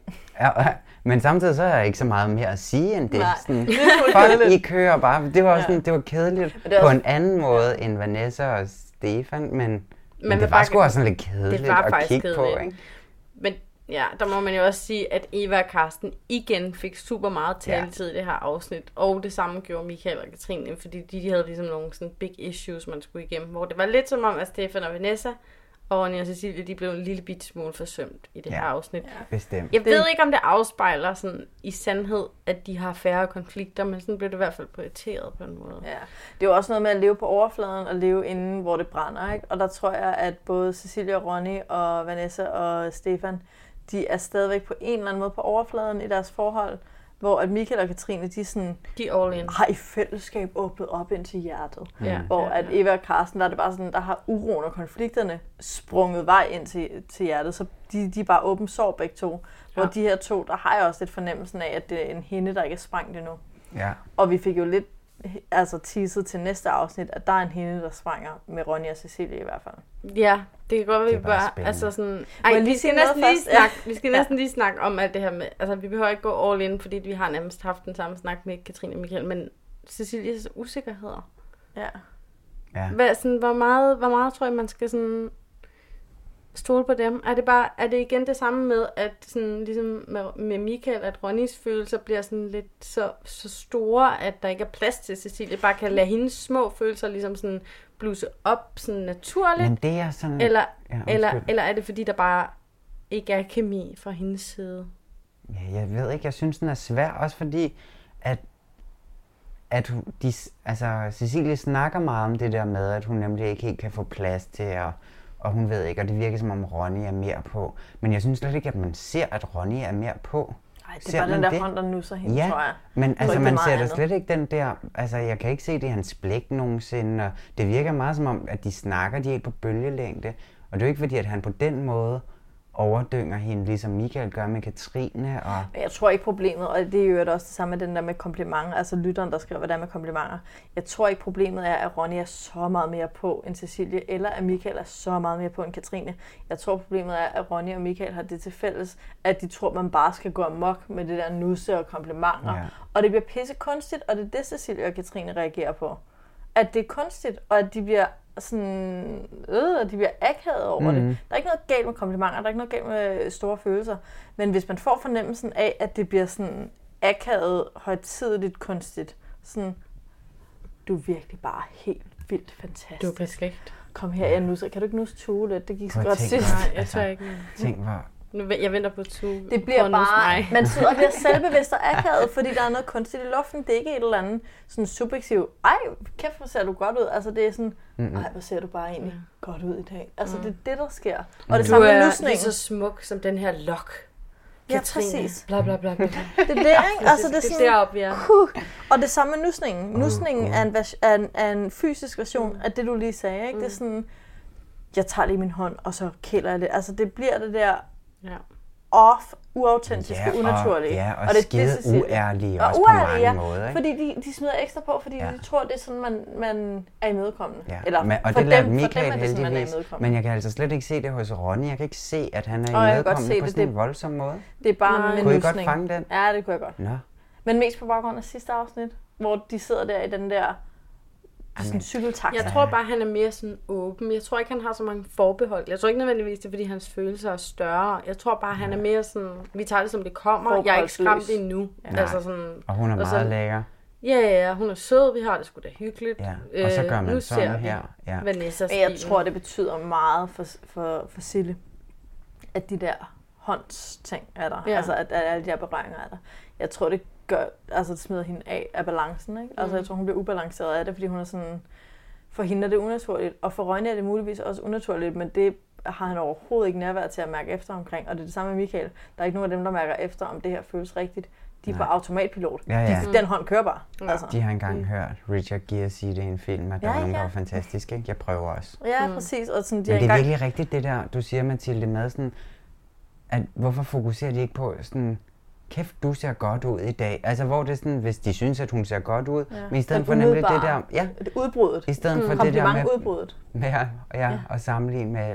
Ja, men samtidig så er der ikke så meget mere at sige end det. Nej, sådan, det er folk, I kører bare. Det var, sådan, det var kedeligt det er på også... en anden måde end Vanessa og Stefan, men det var bare, sgu også sådan lidt kedeligt at kigge kedeligt. på. Ikke? Men ja, der må man jo også sige, at Eva og Karsten igen fik super meget taletid i det her afsnit. Og det samme gjorde Michael og Katrine, fordi de havde ligesom nogle sådan big issues, man skulle igennem. Hvor det var lidt som om, at Stefan og Vanessa og Ronny og Cecilie, de blev en lille bitte smule forsømt i det her afsnit. Ja, bestemt. Jeg ved ikke, om det afspejler sådan i sandhed, at de har færre konflikter, men sådan blev det i hvert fald prioriteret på en måde. Ja, det er jo også noget med at leve på overfladen og leve inden, hvor det brænder, ikke? Og der tror jeg, at både Cecilie og Ronny og Vanessa og Stefan, de er stadigvæk på en eller anden måde på overfladen i deres forhold, hvor at Michael og Katrine, de all in. har i fællesskab åbnet op ind til hjertet. Ja. Hvor at Eva og Karsten, der er det bare sådan, der har uroen og konflikterne sprunget vej ind til hjertet, så de er bare åbent sår begge to. Hvor de her to, der har jeg også lidt fornemmelsen af, at det er en hende, der ikke er sprængt endnu. Ja. Og vi fik jo lidt teaset til næste afsnit, at der er en hende, der sprænger med Ronny og Cecilie i hvert fald. Ja, det kan godt være, vi bare... Altså sådan, vi skal næsten lige snakke om alt det her med... Altså, vi behøver ikke gå all in, fordi vi har nærmest haft den samme snak med Katrine og Michael, men Cecilies usikkerheder. Ja. Hvor meget tror jeg, man skal sådan stole på dem? Er det igen det samme med, at sådan, ligesom med Michael, at Ronnys følelser bliver sådan lidt så store, at der ikke er plads til Cecilie, bare kan lade hendes små følelser ligesom sådan bluse op sådan naturligt? Men det er sådan... Eller er det fordi, der bare ikke er kemi fra hendes side? Ja, jeg ved ikke, jeg synes den er svær, også fordi at Cecilie snakker meget om det der med, at hun nemlig ikke helt kan få plads til, og hun ved ikke, og det virker som om Ronny er mere på. Men jeg synes slet ikke, at man ser, at Ronny er mere på. Nej, det er bare den der hånd, der nusser hende, tror jeg. Men altså, man ser da slet ikke den der... Altså, jeg kan ikke se det i hans blik nogensinde, og det virker meget som om, at de snakker, de er på bølgelængde. Og det er jo ikke fordi, at han på den måde overdynger hende, ligesom Michael gør med Katrine. Og... Men jeg tror ikke problemet, og det er jo også det samme med den der med komplimenter, altså lytteren, der skriver, hvad der er med komplimenter. Jeg tror ikke problemet er, at Ronny er så meget mere på end Cecilie, eller at Michael er så meget mere på end Katrine. Jeg tror problemet er, at Ronny og Michael har det til fælles, at de tror, man bare skal gå amok med det der nusse og komplimenter. Ja. Og det bliver pisse kunstigt, og det er det, Cecilie og Katrine reagerer på. At det er kunstigt, og at de bliver sådan, de bliver akavet over det. Der er ikke noget galt med komplimenter, der er ikke noget galt med store følelser. Men hvis man får fornemmelsen af, at det bliver sådan akavet, højtideligt, kunstigt, sådan, du er virkelig bare helt vildt fantastisk. Du er perfekt. Kom her, jeg nusser. Kan du ikke nusse Tue lidt? Det gik så godt sidst. Nej, jeg tør ikke. Tænk, hvor... Jeg venter på Tue. Det bliver bare... Man sidder og bliver selvbevidst og akavet, fordi der er noget kunstigt i luften. Det er ikke et eller andet sådan subjektivt. Ej, kæft, hvor ser du godt ud. Altså, det er sådan... Ej, hvor ser du bare egentlig godt ud i dag. Altså, det er det, der sker. Og det samme med nusningen. Du er så smuk som den her lok. Ja, præcis. Bla, bla, bla, bla. Det er det, ikke? Altså, det er sådan... deroppe, ja. Og det samme med nusningen. Nusningen er en fysisk version af det, du lige sagde, ikke? Det er sådan... Jeg tager lige min hånd, og så kælder jeg det. Altså, det bliver det der... Ja. Uautentiske, unaturlige. Og det skide uærlige også på mange måder. Ikke? Fordi de smider ekstra på, fordi de tror, det er sådan, man er imødekommende. Ja. Eller og det lader Michael heldigvis. Men jeg kan altså slet ikke se det hos Ronny. Jeg kan ikke se, at han er imødekommende på sådan en voldsom måde. Det er bare med kunne I godt fange den? Ja, det kunne jeg godt. Nå. Men mest på baggrund af sidste afsnit, hvor de sidder der i den der sådan cykeltaxa. Jeg tror bare, han er mere sådan åben. Jeg tror ikke, han har så mange forbehold. Jeg tror ikke nødvendigvis, det er, fordi hans følelser er større. Jeg tror bare, han er mere sådan, vi tager det, som det kommer. Jeg er ikke skræmt endnu. Ja. Altså sådan, og hun er meget lækker. Ja, hun er sød. Vi har det sgu da hyggeligt. Ja. Og så gør man sådan her. Ja. Vanessa jeg tror, det betyder meget for Sille, at de der håndsting er der. Ja. Altså, at alle de her berøringer er der. Jeg tror, det gør, altså det smider hende af balancen, ikke? Altså jeg tror, hun bliver ubalanceret af det, fordi hun er sådan, for hende er det unaturligt, og for Ronny er det muligvis også unaturligt, men det har han overhovedet ikke nærvær til at mærke efter omkring, og det er det samme med Michael. Der er ikke nogen af dem, der mærker efter, om det her føles rigtigt. De er på automatpilot. Ja. Den hånd kører bare. Altså. De har engang hørt Richard Gere sige det i en film, at der var nogen, der var fantastisk, ikke? Jeg prøver også. Ja, præcis. Og sådan, men det er virkelig rigtigt, det der, du siger, Mathilde, med sådan, at hvorfor fokuserer de ikke på sådan, kæft, du ser godt ud i dag. Altså, hvor det er sådan, hvis de synes, at hun ser godt ud, men i stedet for nemlig det der... Ja, udbruddet. I stedet for det der med at sammenligne med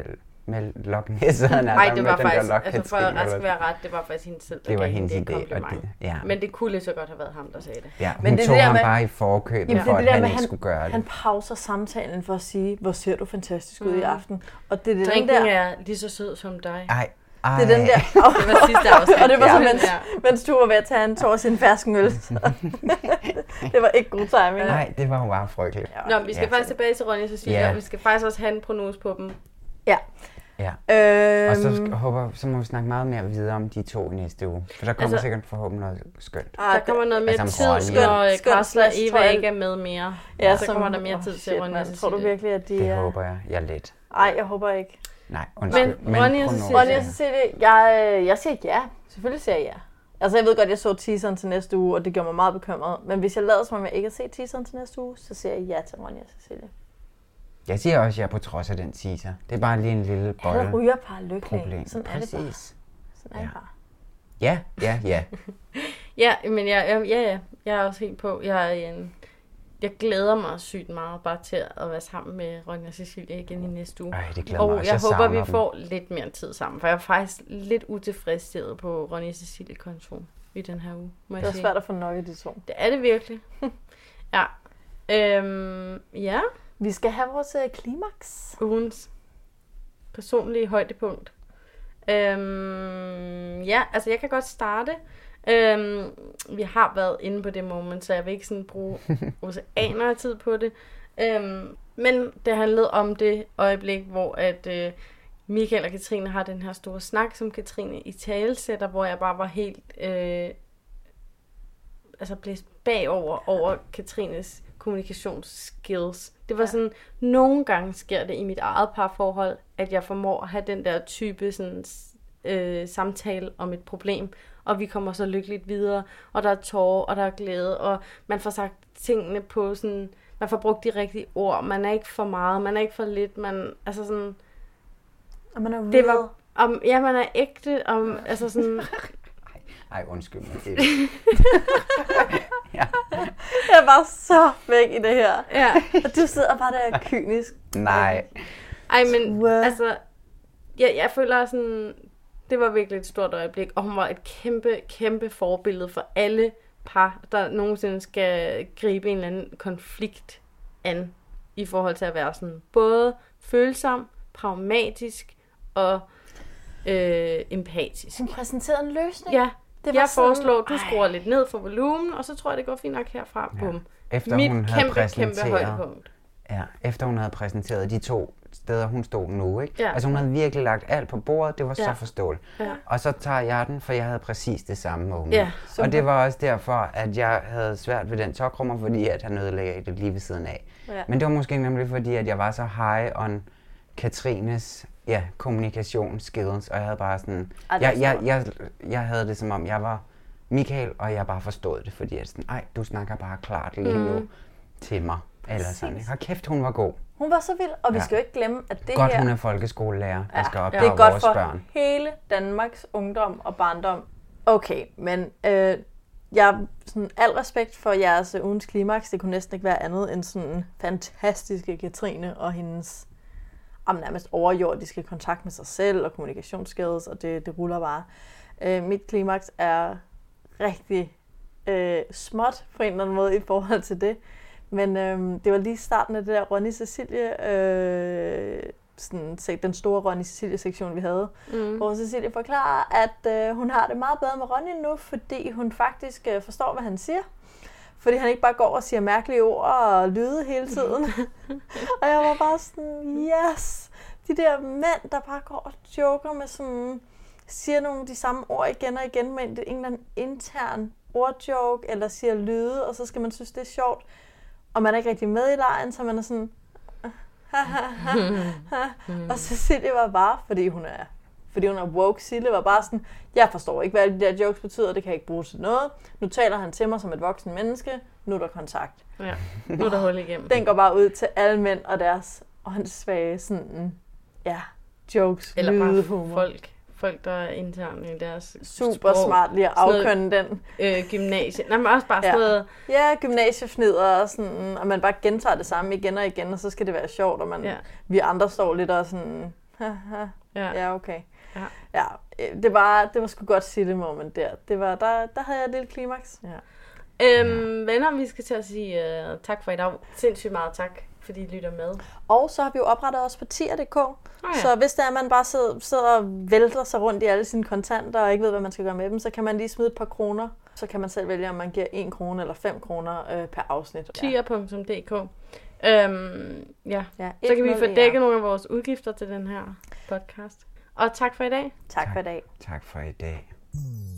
med loknæsserne. Nej, det var faktisk, altså for at skal være ret, det var faktisk hende selv, der det var gav hendes hende det idé. kompliment. Men det kunne lige så godt have været ham, der sagde det. Ja, hun tog ham bare i forkøbet, for at han ikke skulle gøre det. Han pauser samtalen for at sige, hvor ser du fantastisk ud i aften. Og det er Drinken der er lige så sød som dig. Ej. Det er den der. Det var sidste afsnit. Og det var så, mens du var ved at tage en tår sin ferskenøl. Det var ikke god timing. Nej, det var jo bare frygteligt. Nå, vi skal faktisk tilbage til Ronny og Cecilie, og vi skal faktisk også have en prognose på dem. Ja. Og så må vi snakke meget mere videre om de to i næste uge. For der kommer sikkert forhåbentlig noget skønt. Der kommer noget mere tid, når Karsten og Eva ikke er med mere. Ja, så kommer der mere tid til Ronny og Cecilie. Tror du virkelig, at de det håber jeg. Jeg er lidt. Nej, jeg håber ikke. Nej, undskyld. Men Ronny og Cecilie, jeg siger ja. Selvfølgelig siger jeg ja. Altså, jeg ved godt, jeg så teaseren til næste uge, og det gjorde mig meget bekymret. Men hvis jeg lader som om jeg ikke har set teaseren til næste uge, så siger jeg ja til Ronny og Cecilie. Jeg siger også ja på trods af den teaser. Det er bare lige en lille bolle. Han ryger bare lykkelig. Sådan er det bare. Sådan er det bare. Ja. Ja, men jeg er også helt på. Jeg glæder mig sygt meget bare til at være sammen med Ronny og Cecilie igen i næste uge. Ej, det glæder mig også. Jeg håber, vi får lidt mere tid sammen, for jeg er faktisk lidt utilfredsstillet på Ronny og Cecilie-kontoen i den her uge. Det er svært at få nok af de to. Det er det virkelig. Ja. Ja. Vi skal have vores klimaks. Ugens personlige højdepunkt. Ja, altså jeg kan godt starte. Vi har været inde på det moment, så jeg vil ikke sådan bruge oceaner af tid på det. Men det handlede om det øjeblik, hvor at Michael og Katrine har den her store snak, som Katrine italesætter, hvor jeg bare var helt blæst bagover over Katrines kommunikationsskills. Det var sådan, nogle gange sker det i mit eget parforhold, at jeg formår at have den der type sådan, samtale om et problem, og vi kommer så lykkeligt videre, og der er tårer, og der er glæde, og man får sagt tingene på sådan, man får brugt de rigtige ord, man er ikke for meget, man er ikke for lidt, man, altså sådan, og man er real. Det var, ja, man er ægte, altså sådan, ej, undskyld mig. Ja. Jeg er bare så væk i det her. Ja. Og du sidder bare der kynisk. Nej. Ej, men altså, jeg føler sådan, det var virkelig et stort øjeblik, og hun var et kæmpe, kæmpe forbillede for alle par, der nogensinde skal gribe en eller anden konflikt an, i forhold til at være sådan, både følsom, pragmatisk og empatisk. Hun præsenterede en løsning. Ja. Jeg foreslår, du skruer lidt ned for volumen, og så tror jeg, det går fint nok herfra. Bum. Efter Mit hun kæmpe højdepunkt. Ja, efter hun havde præsenteret de to steder, hun stod nu, ikke? Ja. Altså hun havde virkelig lagt alt på bordet, det var så forståeligt. Ja. Og så tager jeg den, for jeg havde præcis det samme moment. Ja, og det var også derfor, at jeg havde svært ved den tokrummer, fordi at han ødelagde det lige ved siden af. Ja. Men det var måske nemlig fordi, at jeg var så high on Katrines kommunikationsskills, og jeg havde bare sådan, jeg havde det som om, jeg var Michael, og jeg bare forstod det, fordi jeg sådan, du snakker bare klart lige nu til mig, eller sådan. Hold kæft, hun var god. Hun var så vild, og vi skal jo ikke glemme, at det godt, her... hun er folkeskolelærer, der skal opdrage vores børn. Det er godt for hele Danmarks ungdom og barndom. Okay, men jeg har sådan al respekt for jeres ugens klimaks. Det kunne næsten ikke være andet end sådan fantastiske Katrine og hendes nærmest overjordiske kontakt med sig selv og kommunikationsskills, og det ruller bare. Mit klimaks er rigtig småt på en eller anden måde i forhold til det. Men det var lige starten af det der Ronny Cecilie, den store Ronny Cecilie-sektion, vi havde, hvor Cecilie forklarer, at hun har det meget bedre med Ronny nu, fordi hun faktisk forstår, hvad han siger. Fordi han ikke bare går og siger mærkelige ord og lyde hele tiden. Og jeg var bare sådan, yes! De der mænd, der bare går og joker med sådan, siger nogle af de samme ord igen og igen med en eller anden intern ordjoke, eller siger lyde, og så skal man synes, det er sjovt. Og man er ikke rigtig med i lejen, så man er sådan... Og Cecilie var bare, fordi hun er woke, Cecilie var bare sådan, jeg forstår ikke, hvad de der jokes betyder, det kan jeg ikke bruge til noget. Nu taler han til mig som et voksen menneske, nu er der kontakt. Ja, nu er der hul igennem. Den går bare ud til alle mænd og deres åndssvage sådan, jokes, eller lyde, bare humor. Folk, der er interne i deres super sprog. Smart lige at afkønne den. Gymnasie. Nej, men også bare sådan noget... Ja, gymnasiefnider og sådan, og man bare gentager det samme igen og igen, og så skal det være sjovt, og vi andre står lidt og sådan... Ja, okay. Ja. Det var sgu godt sige det moment der. Der havde jeg et lille klimaks. Ja. Venner, vi skal til at sige tak for i dag. Sindssygt meget tak, fordi I lytter med. Og så har vi jo oprettet os på tier.dk. Så hvis det er, at man bare sidder og vælter sig rundt i alle sine kontanter og ikke ved, hvad man skal gøre med dem, så kan man lige smide et par kroner. Så kan man selv vælge, om man giver 1 krone eller 5 kroner per afsnit. Tier.dk. Så kan vi få dækket nogle af vores udgifter til den her podcast. Og tak for i dag. Tak for i dag. Tak for i dag.